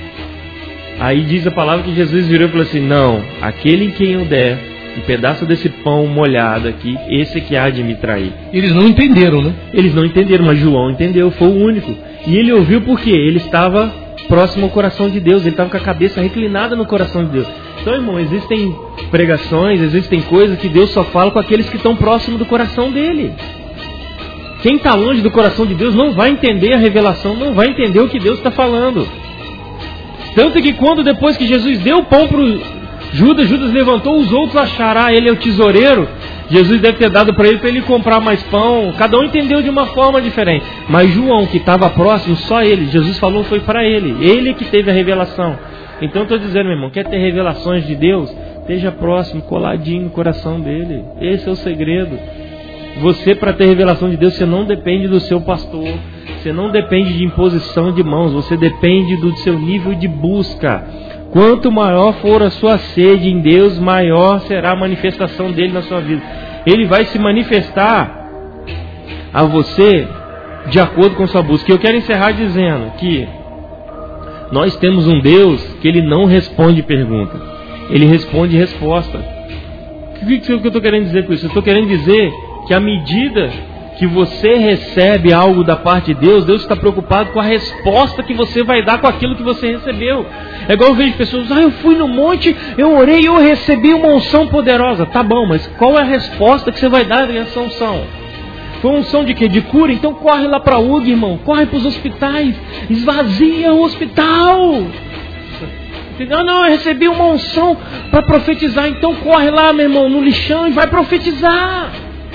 Aí diz a palavra que Jesus virou e falou assim, não, aquele em quem eu der um pedaço desse pão molhado aqui, esse que há de me trair. Eles não entenderam, né? Eles não entenderam, mas João entendeu, foi o único. E ele ouviu por quê? Ele estava próximo ao coração de Deus, ele estava com a cabeça reclinada no coração de Deus. Então, irmão, existem pregações, existem coisas que Deus só fala com aqueles que estão próximos do coração dele. Quem está longe do coração de Deus não vai entender a revelação, não vai entender o que Deus está falando. Tanto que quando depois que Jesus deu o pão para Judas, Judas levantou, os outros acharam, ah, ele é o tesoureiro, Jesus deve ter dado para ele, para ele comprar mais pão. Cada um entendeu de uma forma diferente. Mas João, que estava próximo, só ele, Jesus falou, foi para ele. Ele que teve a revelação. Então estou dizendo, meu irmão, quer ter revelações de Deus? Esteja próximo, coladinho no coração dele. Esse é o segredo. Você, para ter revelação de Deus, você não depende do seu pastor. Você não depende de imposição de mãos. Você depende do seu nível de busca. Quanto maior for a sua sede em Deus, maior será a manifestação dele na sua vida. Ele vai se manifestar a você de acordo com sua busca. E eu quero encerrar dizendo que nós temos um Deus que ele não responde pergunta. Ele responde resposta. O que, que eu estou querendo dizer com isso? Eu estou querendo dizer que à medida que você recebe algo da parte de Deus, Deus está preocupado com a resposta que você vai dar com aquilo que você recebeu. É igual eu vejo pessoas, ah, eu fui no monte, eu orei e eu recebi uma unção poderosa. Tá bom, mas qual é a resposta que você vai dar nessa unção? Foi uma unção de quê? De cura? Então corre lá para a U G, irmão, corre para os hospitais, esvazia o hospital. Não, não, eu recebi uma unção para profetizar, então corre lá, meu irmão, no lixão e vai profetizar.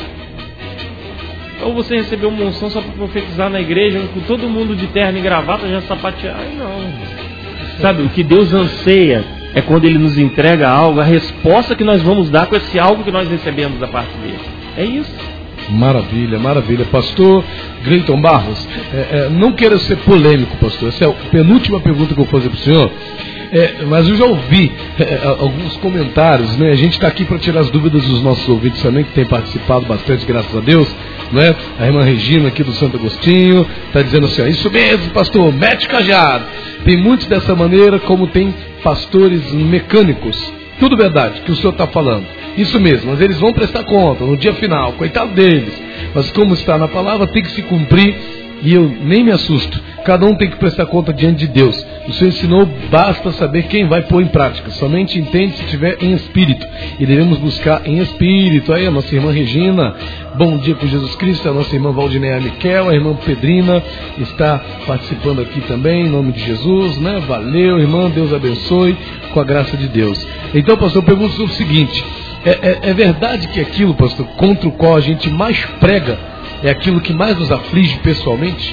Ou você recebeu uma unção só para profetizar na igreja, com todo mundo de terno e gravata, já sapatear. Ai, não. Sabe, o que Deus anseia é quando Ele nos entrega algo, a resposta que nós vamos dar com esse algo que nós recebemos da parte dele. É isso. Maravilha, maravilha. Pastor Gleiton Barros, é, é, não quero ser polêmico, pastor. Essa é a penúltima pergunta que eu vou fazer para o senhor. É, mas eu já ouvi é, alguns comentários, né? A gente está aqui para tirar as dúvidas dos nossos ouvintes também, que tem participado bastante, graças a Deus, né? A irmã Regina aqui do Santo Agostinho está dizendo assim, ó, isso mesmo, pastor, mete cajado. Tem muitos dessa maneira, como tem pastores mecânicos. Tudo verdade que o senhor está falando. Isso mesmo, mas eles vão prestar conta no dia final, coitado deles. Mas como está na palavra, tem que se cumprir. E eu nem me assusto. Cada um tem que prestar conta diante de Deus. O Senhor ensinou, basta saber quem vai pôr em prática. Somente entende se estiver em espírito. E devemos buscar em espírito. Aí a nossa irmã Regina, bom dia com Jesus Cristo. A nossa irmã Valdineia Miquel, a irmã Pedrina está participando aqui também, em nome de Jesus, né? Valeu, irmã, Deus abençoe, com a graça de Deus. Então, pastor, eu pergunto o seguinte, é, é, é verdade que aquilo, pastor, contra o qual a gente mais prega, é aquilo que mais nos aflige pessoalmente?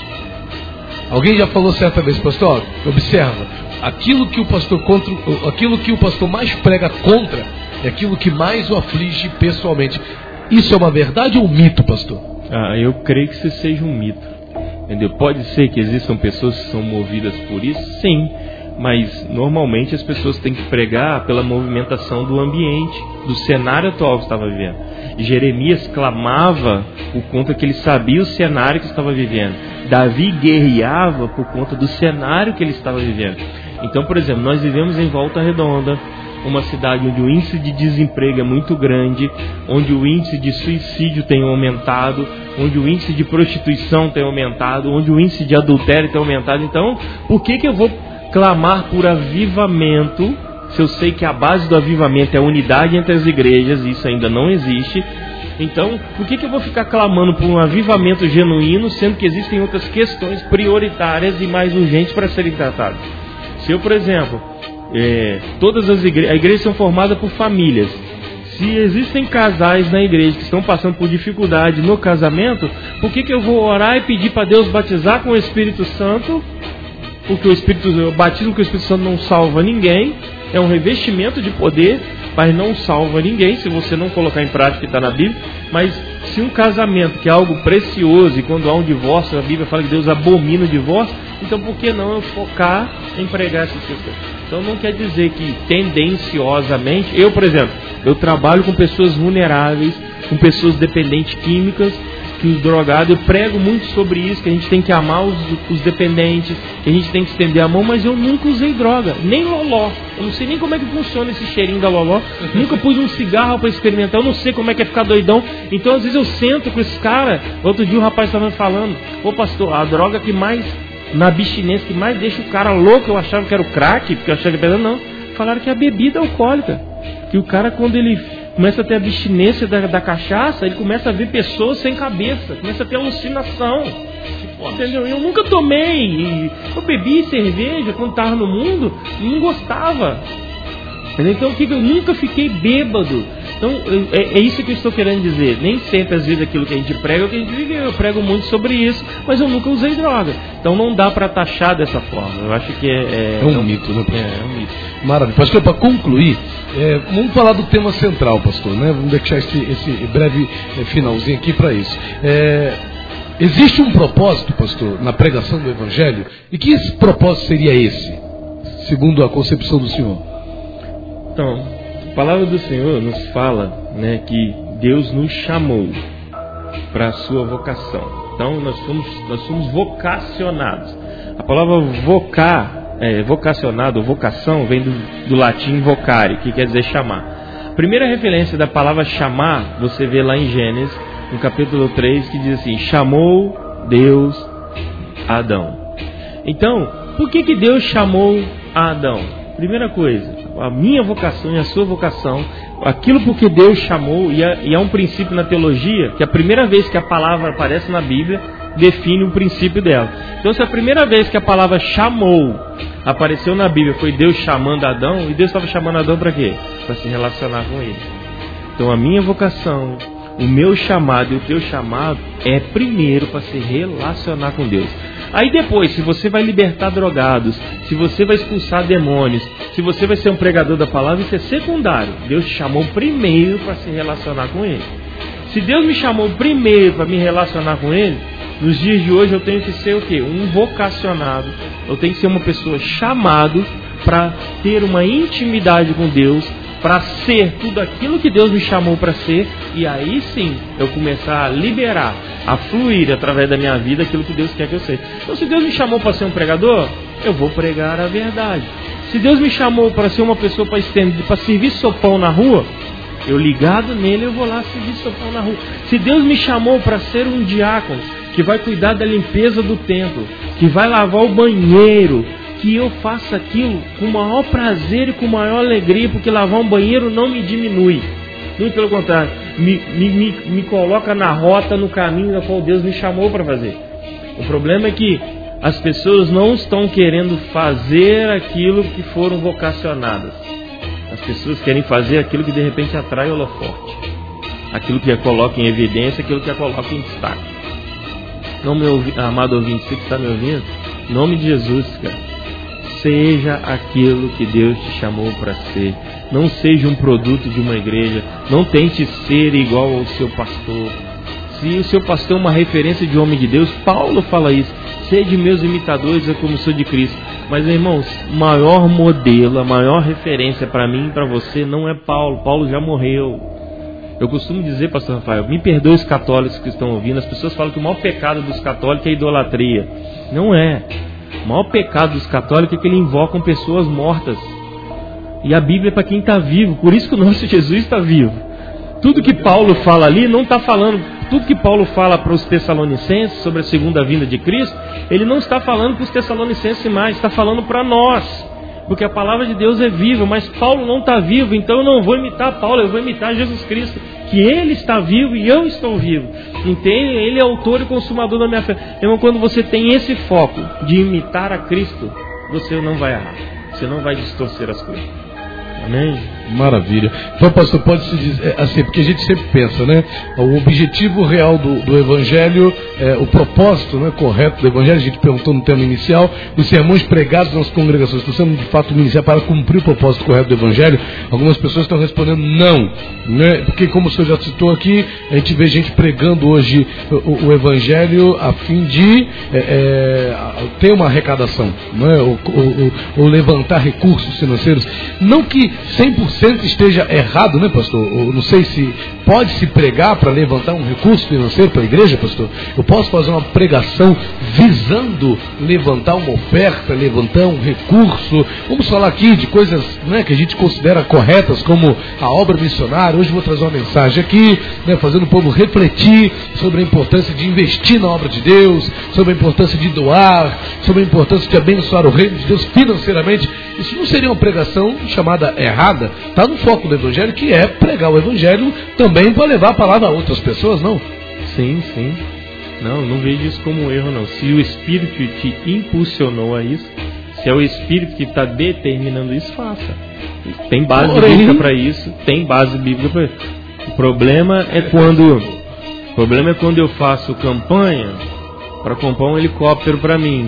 Alguém já falou certa vez, pastor, observa, aquilo que o pastor contra, aquilo que o pastor mais prega contra é aquilo que mais o aflige pessoalmente. Isso é uma verdade ou um mito, pastor? Ah, eu creio que isso seja um mito. Entendeu? Pode ser que existam pessoas que são movidas por isso, sim, mas normalmente as pessoas têm que pregar pela movimentação do ambiente, do cenário atual que estava vivendo. Jeremias clamava por conta que ele sabia o cenário que estava vivendo. Davi guerreava por conta do cenário que ele estava vivendo. Então, por exemplo, nós vivemos em Volta Redonda, uma cidade onde o índice de desemprego é muito grande, onde o índice de suicídio tem aumentado, onde o índice de prostituição tem aumentado, onde o índice de adultério tem aumentado. Então, por que que eu vou clamar por avivamento, se eu sei que a base do avivamento é a unidade entre as igrejas, e isso ainda não existe? Então, por que que eu vou ficar clamando por um avivamento genuíno, sendo que existem outras questões prioritárias e mais urgentes para serem tratadas? Se eu, por exemplo, é, todas as igrejas, a igreja são formadas por famílias. Se existem casais na igreja que estão passando por dificuldade no casamento, por que que eu vou orar e pedir para Deus batizar com o Espírito Santo? Porque o Espírito, o batismo com o Espírito Santo não salva ninguém, é um revestimento de poder, mas não salva ninguém se você não colocar em prática o que está na Bíblia. Mas se um casamento, que é algo precioso, e quando há um divórcio, a Bíblia fala que Deus abomina o divórcio, então por que não eu focar em pregar essas questões? Então não quer dizer que tendenciosamente, eu, por exemplo, eu trabalho com pessoas vulneráveis, com pessoas dependentes químicas, que os drogados, eu prego muito sobre isso, que a gente tem que amar os, os dependentes, que a gente tem que estender a mão, mas eu nunca usei droga, nem loló. Eu não sei nem como é que funciona esse cheirinho da loló, nunca pus um cigarro para experimentar, eu não sei como é que é ficar doidão. Então às vezes eu sento com esse cara. Outro dia o rapaz estava falando, ô pastor, a droga que mais, na abstinência, que mais deixa o cara louco, eu achava que era o crack, porque eu achava que era pedra, não. Falaram que é a bebida alcoólica, que o cara, quando ele começa a ter abstinência da, da cachaça, ele começa a ver pessoas sem cabeça, começa a ter alucinação. Entendeu? Eu nunca tomei, eu bebi cerveja quando estava no mundo, não gostava. Então eu nunca fiquei bêbado. Então é, é isso que eu estou querendo dizer. Nem sempre às vezes aquilo que a gente prega é o que a gente viveu. Eu prego muito sobre isso, mas eu nunca usei droga. Então não dá para taxar dessa forma. Eu acho que é... É, é um não, mito, né, pastor? É, é um mito. Maravilha. Pastor, para concluir, é, vamos falar do tema central, pastor, né? Vamos deixar esse, esse breve finalzinho aqui para isso. É, existe um propósito, pastor, na pregação do Evangelho? E que esse propósito seria esse, segundo a concepção do senhor? Então, a palavra do Senhor nos fala, né, que Deus nos chamou para a sua vocação. Então, nós fomos, nós somos vocacionados. A palavra vocar, é, vocacionado, vocação, vem do, do latim vocare, que quer dizer chamar. A primeira referência da palavra chamar, você vê lá em Gênesis, no capítulo três, que diz assim: chamou Deus Adão. Então, por que que Deus chamou a Adão? Primeira coisa, a minha vocação e a sua vocação, aquilo porque Deus chamou, e há, e há um princípio na teologia, que a primeira vez que a palavra aparece na Bíblia, define o princípio dela. Então, se a primeira vez que a palavra chamou apareceu na Bíblia foi Deus chamando Adão, e Deus estava chamando Adão para quê? Para se relacionar com ele. Então, a minha vocação, o meu chamado e o teu chamado é primeiro para se relacionar com Deus. Aí depois, se você vai libertar drogados, se você vai expulsar demônios, se você vai ser um pregador da palavra, isso é secundário. Deus te chamou primeiro para se relacionar com Ele. Se Deus me chamou primeiro para me relacionar com Ele, nos dias de hoje eu tenho que ser o quê? Um vocacionado. Eu tenho que ser uma pessoa chamado para ter uma intimidade com Deus, para ser tudo aquilo que Deus me chamou para ser, e aí sim eu começar a liberar, a fluir através da minha vida aquilo que Deus quer que eu seja. Então, se Deus me chamou para ser um pregador, eu vou pregar a verdade. Se Deus me chamou para ser uma pessoa para estender, para servir sopão na rua, eu ligado nele, eu vou lá servir sopão na rua. Se Deus me chamou para ser um diácono, que vai cuidar da limpeza do templo, que vai lavar o banheiro, que eu faça aquilo com o maior prazer e com a maior alegria, porque lavar um banheiro não me diminui. Muito pelo contrário, me, me, me, me coloca na rota, no caminho da qual Deus me chamou para fazer. O problema é que as pessoas não estão querendo fazer aquilo que foram vocacionadas. As pessoas querem fazer aquilo que de repente atrai o holofote, aquilo que a coloca em evidência, aquilo que a coloca em destaque. Não, meu amado ouvinte, você que está me ouvindo, em nome de Jesus, cara, seja aquilo que Deus te chamou para ser. Não seja um produto de uma igreja. Não tente ser igual ao seu pastor. Se o seu pastor é uma referência de homem de Deus, Paulo fala isso. Sede meus imitadores, eu como sou de Cristo. Mas, irmãos, o maior modelo, a maior referência para mim e para você não é Paulo. Paulo já morreu. Eu costumo dizer, pastor Rafael, me perdoe os católicos que estão ouvindo. As pessoas falam que o maior pecado dos católicos é a idolatria. Não é. O maior pecado dos católicos é que eles invocam pessoas mortas. E a Bíblia é para quem está vivo. Por isso que o nosso Jesus está vivo. Tudo que Paulo fala ali não está falando. Tudo que Paulo fala para os Tessalonicenses sobre a segunda vinda de Cristo, ele não está falando para os Tessalonicenses mais, está falando para nós. Porque a palavra de Deus é viva, mas Paulo não está vivo, então eu não vou imitar Paulo, eu vou imitar Jesus Cristo, que ele está vivo e eu estou vivo. Entende? Ele é autor e consumador da minha fé. Então, quando você tem esse foco de imitar a Cristo, você não vai errar, você não vai distorcer as coisas. Amém? Maravilha. Então, pastor, pode-se dizer assim, porque a gente sempre pensa, né? O objetivo real do, do Evangelho, é, o propósito, né, correto do Evangelho, a gente perguntou no tema inicial, os sermões pregados nas congregações estão sendo de fato iniciados para cumprir o propósito correto do Evangelho. Algumas pessoas estão respondendo não, né? Porque, como o senhor já citou aqui, a gente vê gente pregando hoje o, o Evangelho a fim de é, é, ter uma arrecadação, né? ou, ou, ou levantar recursos financeiros. Não que cem por cento esteja errado, né, pastor? Eu não sei se pode se pregar para levantar um recurso financeiro para a igreja, pastor. Eu posso fazer uma pregação visando levantar uma oferta, levantar um recurso. Vamos falar aqui de coisas, né, que a gente considera corretas, como a obra missionária. Hoje vou trazer uma mensagem aqui, né, fazendo o povo refletir sobre a importância de investir na obra de Deus, sobre a importância de doar, sobre a importância de abençoar o reino de Deus financeiramente. Isso não seria uma pregação chamada errada? Está no foco do Evangelho, que é pregar o Evangelho também para levar a palavra a outras pessoas, não? Sim, sim. Não, não vejo isso como um erro, não. Se o Espírito te impulsionou a isso, se é o Espírito que está determinando isso, faça. Tem base Porém... bíblica para isso, tem base bíblica para isso. O problema é quando, o problema é quando eu faço campanha para comprar um helicóptero para mim.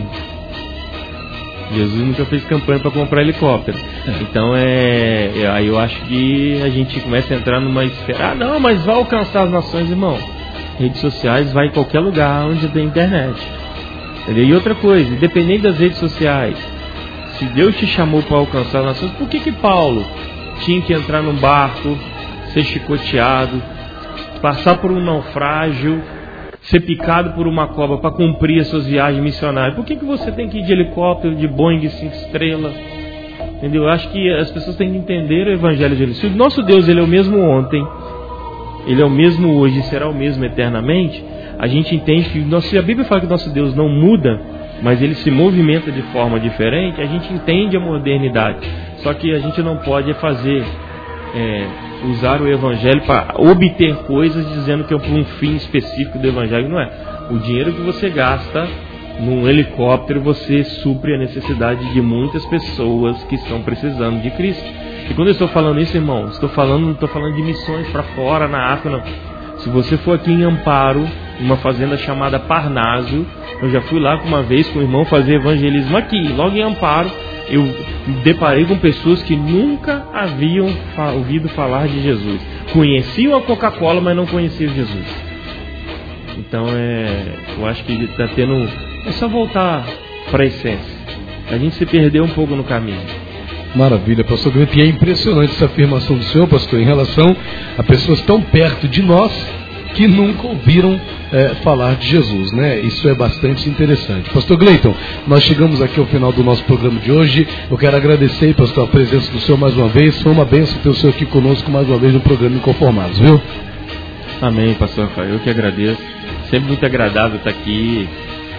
Jesus nunca fez campanha para comprar helicóptero. Então é, é. Aí eu acho que a gente começa a entrar numa esfera. Ah, não, mas vai alcançar as nações, irmão. Redes sociais vai em qualquer lugar onde tem internet. Entendeu? E outra coisa, independente das redes sociais, se Deus te chamou para alcançar as nações, por que que Paulo tinha que entrar num barco, ser chicoteado, passar por um naufrágio, ser picado por uma cobra para cumprir as suas viagens missionárias? Por que que você tem que ir de helicóptero, de Boeing cinco estrelas? Entendeu? Eu acho que as pessoas têm que entender o Evangelho de Jesus. Se o nosso Deus, ele é o mesmo ontem, ele é o mesmo hoje e será o mesmo eternamente, a gente entende que nosso, se a Bíblia fala que nosso Deus não muda, mas ele se movimenta de forma diferente, a gente entende a modernidade. Só que a gente não pode fazer... É, usar o Evangelho para obter coisas dizendo que é para um fim específico do Evangelho. Não é. O dinheiro que você gasta num helicóptero, você supre a necessidade de muitas pessoas que estão precisando de Cristo. E quando eu estou falando isso, irmão, estou falando, não estou falando de missões para fora, na África, não. Se você for aqui em Amparo, uma fazenda chamada Parnaso, eu já fui lá uma vez com o irmão fazer evangelismo aqui, logo em Amparo. Eu me deparei com pessoas que nunca haviam fa- ouvido falar de Jesus. Conheciam a Coca-Cola, mas não conheciam Jesus. Então, é, eu acho que está tendo... É só voltar para a essência. A gente se perdeu um pouco no caminho. Maravilha, pastor Grito. E é impressionante essa afirmação do senhor, pastor, em relação a pessoas tão perto de nós que nunca ouviram é, falar de Jesus, né? Isso é bastante interessante. Pastor Gleiton, nós chegamos aqui ao final do nosso programa de hoje. Eu quero agradecer, pastor, a presença do senhor mais uma vez. Foi uma bênção ter o senhor aqui conosco mais uma vez no programa Inconformados, viu? Amém, pastor Rafael. Eu que agradeço. Sempre muito agradável estar aqui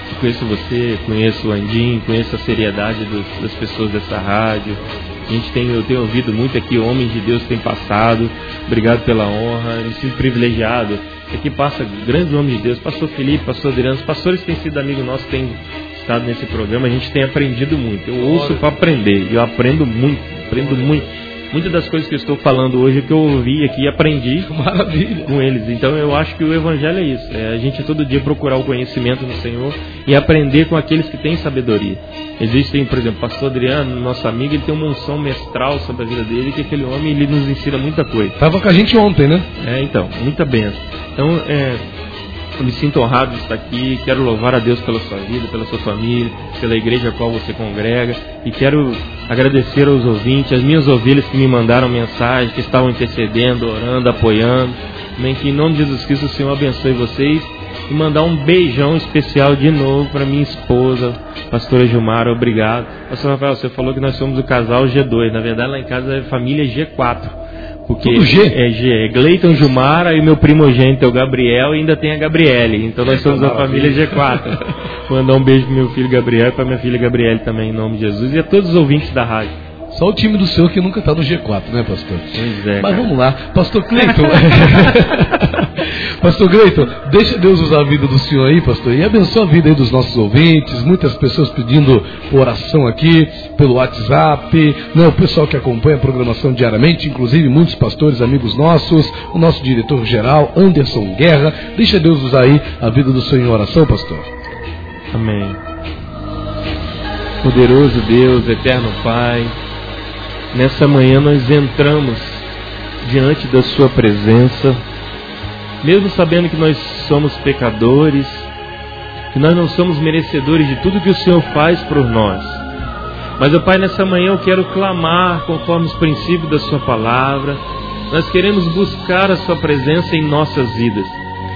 conheço você, conheço o Andim, conheço a seriedade dos, das pessoas dessa rádio. A gente tem, eu tenho ouvido muito aqui, homens de Deus têm passado. Obrigado pela honra, me sinto privilegiado. Aqui passa grandes homens de Deus, pastor Felipe, pastor Adriano, os pastores têm sido amigos nossos, têm estado nesse programa, a gente tem aprendido muito. Eu ouço para aprender, eu aprendo muito, aprendo muito. Muitas das coisas que eu estou falando hoje é que eu ouvi aqui e aprendi Maravilha. com eles. Então eu acho que o Evangelho é isso. É a gente todo dia procurar o conhecimento do Senhor e aprender com aqueles que têm sabedoria. Existem, por exemplo, o pastor Adriano, nosso amigo, ele tem uma unção mestral sobre a vida dele, que aquele homem ele nos ensina muita coisa. Estava com a gente ontem, né? É, então, muita bênção. Então, é... eu me sinto honrado de estar aqui, quero louvar a Deus pela sua vida, pela sua família, pela igreja a qual você congrega, e quero agradecer aos ouvintes, as minhas ovelhas que me mandaram mensagem, que estavam intercedendo, orando, apoiando, nem que em nome de Jesus Cristo o Senhor abençoe vocês, e mandar um beijão especial de novo para minha esposa, pastora Gilmara, obrigado. Pastor Rafael, você falou que nós somos o casal G dois, na verdade lá em casa é família G quatro. Porque Tudo G? É G, é Gleiton Gilmara e meu primogênito é o Gabriel e ainda tem a Gabriele. Então nós somos a família G quatro. Vou mandar um beijo pro meu filho Gabriel e pra minha filha Gabriele também, em nome de Jesus. E a todos os ouvintes da rádio. Só o time do senhor que nunca está no G quatro, né, pastor? Pois é. Mas cara. vamos lá. Pastor Cleiton. Pastor Cleiton, deixa Deus usar a vida do senhor aí, pastor. E abençoa a vida aí dos nossos ouvintes. Muitas pessoas pedindo oração aqui pelo WhatsApp. Né, o pessoal que acompanha a programação diariamente, inclusive muitos pastores, amigos nossos. O nosso diretor-geral, Anderson Guerra. Deixa Deus usar aí a vida do senhor em oração, pastor. Amém. Poderoso Deus, eterno Pai, nessa manhã nós entramos diante da sua presença, mesmo sabendo que nós somos pecadores, que nós não somos merecedores de tudo que o Senhor faz por nós. Mas, ó Pai, nessa manhã eu quero clamar conforme os princípios da sua palavra. Nós queremos buscar a sua presença em nossas vidas.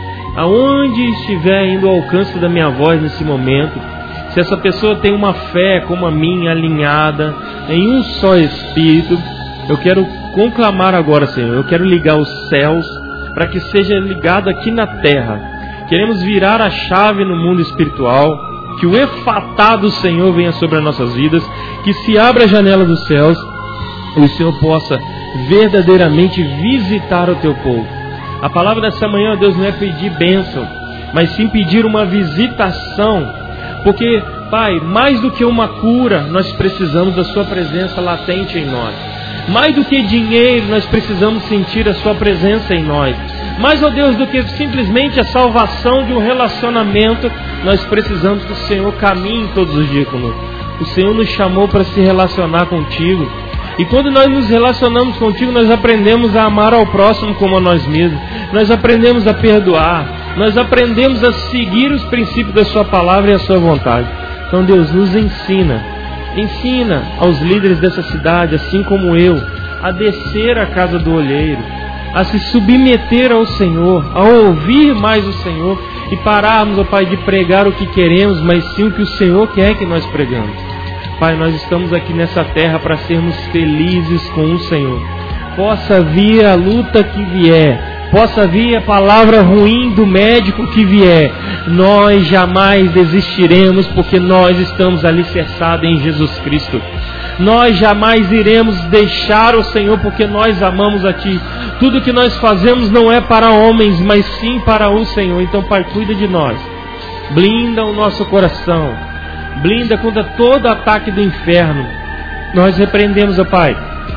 Aonde estiver indo ao alcance da minha voz nesse momento, se essa pessoa tem uma fé como a minha, alinhada em um só Espírito, eu quero conclamar agora, Senhor, eu quero ligar os céus para que seja ligado aqui na terra. Queremos virar a chave no mundo espiritual, que o efatá do Senhor venha sobre as nossas vidas, que se abra a janela dos céus e o Senhor possa verdadeiramente visitar o teu povo. A palavra dessa manhã, Deus, não é pedir bênção, mas sim pedir uma visitação. Porque, Pai, mais do que uma cura, nós precisamos da sua presença latente em nós. Mais do que dinheiro, nós precisamos sentir a sua presença em nós. Mais, ó Deus, do que simplesmente a salvação de um relacionamento, nós precisamos que o Senhor caminhe todos os dias conosco. O Senhor nos chamou para se relacionar contigo. E quando nós nos relacionamos contigo, nós aprendemos a amar ao próximo como a nós mesmos. Nós aprendemos a perdoar. Nós aprendemos a seguir os princípios da sua palavra e a sua vontade. Então, Deus, nos ensina. Ensina aos líderes dessa cidade, assim como eu, a descer à casa do olheiro, a se submeter ao Senhor, a ouvir mais o Senhor e pararmos, ó Pai, de pregar o que queremos, mas sim o que o Senhor quer que nós pregamos. Pai, nós estamos aqui nessa terra para sermos felizes com o Senhor. Possa vir a luta que vier, possa vir a palavra ruim do médico que vier, nós jamais desistiremos, porque nós estamos alicerçados em Jesus Cristo. Nós jamais iremos deixar o Senhor, porque nós amamos a Ti. Tudo que nós fazemos não é para homens, mas sim para o Senhor. Então, Pai, cuida de nós. Blinda o nosso coração. Blinda contra todo ataque do inferno. Nós repreendemos, ó Pai,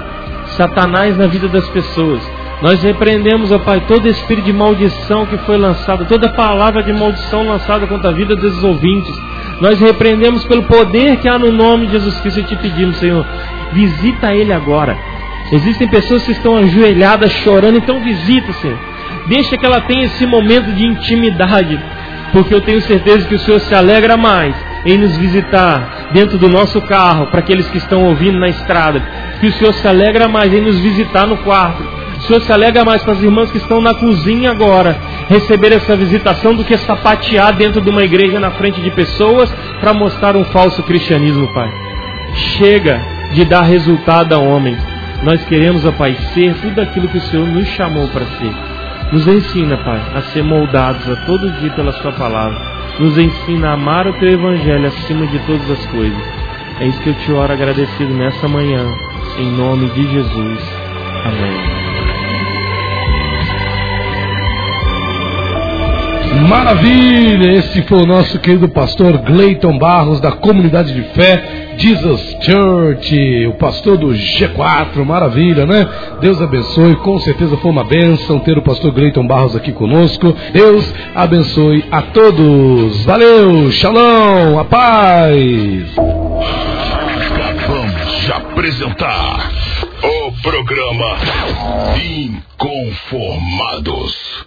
Satanás na vida das pessoas. Nós repreendemos, ó Pai, todo espírito de maldição que foi lançado, toda palavra de maldição lançada contra a vida desses ouvintes. Nós repreendemos pelo poder que há no nome de Jesus Cristo e te pedimos, Senhor, visita ele agora. Existem pessoas que estão ajoelhadas chorando, então visita, Senhor. Deixa que ela tenha esse momento de intimidade, porque eu tenho certeza que o Senhor se alegra mais em nos visitar dentro do nosso carro, para aqueles que estão ouvindo na estrada, que o Senhor se alegra mais em nos visitar no quarto. O Senhor se alegra mais para as irmãs que estão na cozinha agora receber essa visitação do que sapatear dentro de uma igreja na frente de pessoas para mostrar um falso cristianismo, Pai. Chega de dar resultado a homens. Nós queremos, ó Pai, ser tudo aquilo que o Senhor nos chamou para ser. Nos ensina, Pai, a ser moldados a todo dia pela Sua palavra. nos ensina a amar o Teu Evangelho acima de todas as coisas. É isso que eu te oro agradecido nessa manhã, em nome de Jesus. Amém. Maravilha! Esse foi o nosso querido pastor Gleiton Barros, da Comunidade de Fé Jesus Church, o pastor do G quatro. Maravilha, né? Deus abençoe, com certeza foi uma bênção ter o pastor Gleiton Barros aqui conosco. Deus abençoe a todos. Valeu, shalom, a paz. Acabamos de apresentar o programa Inconformados.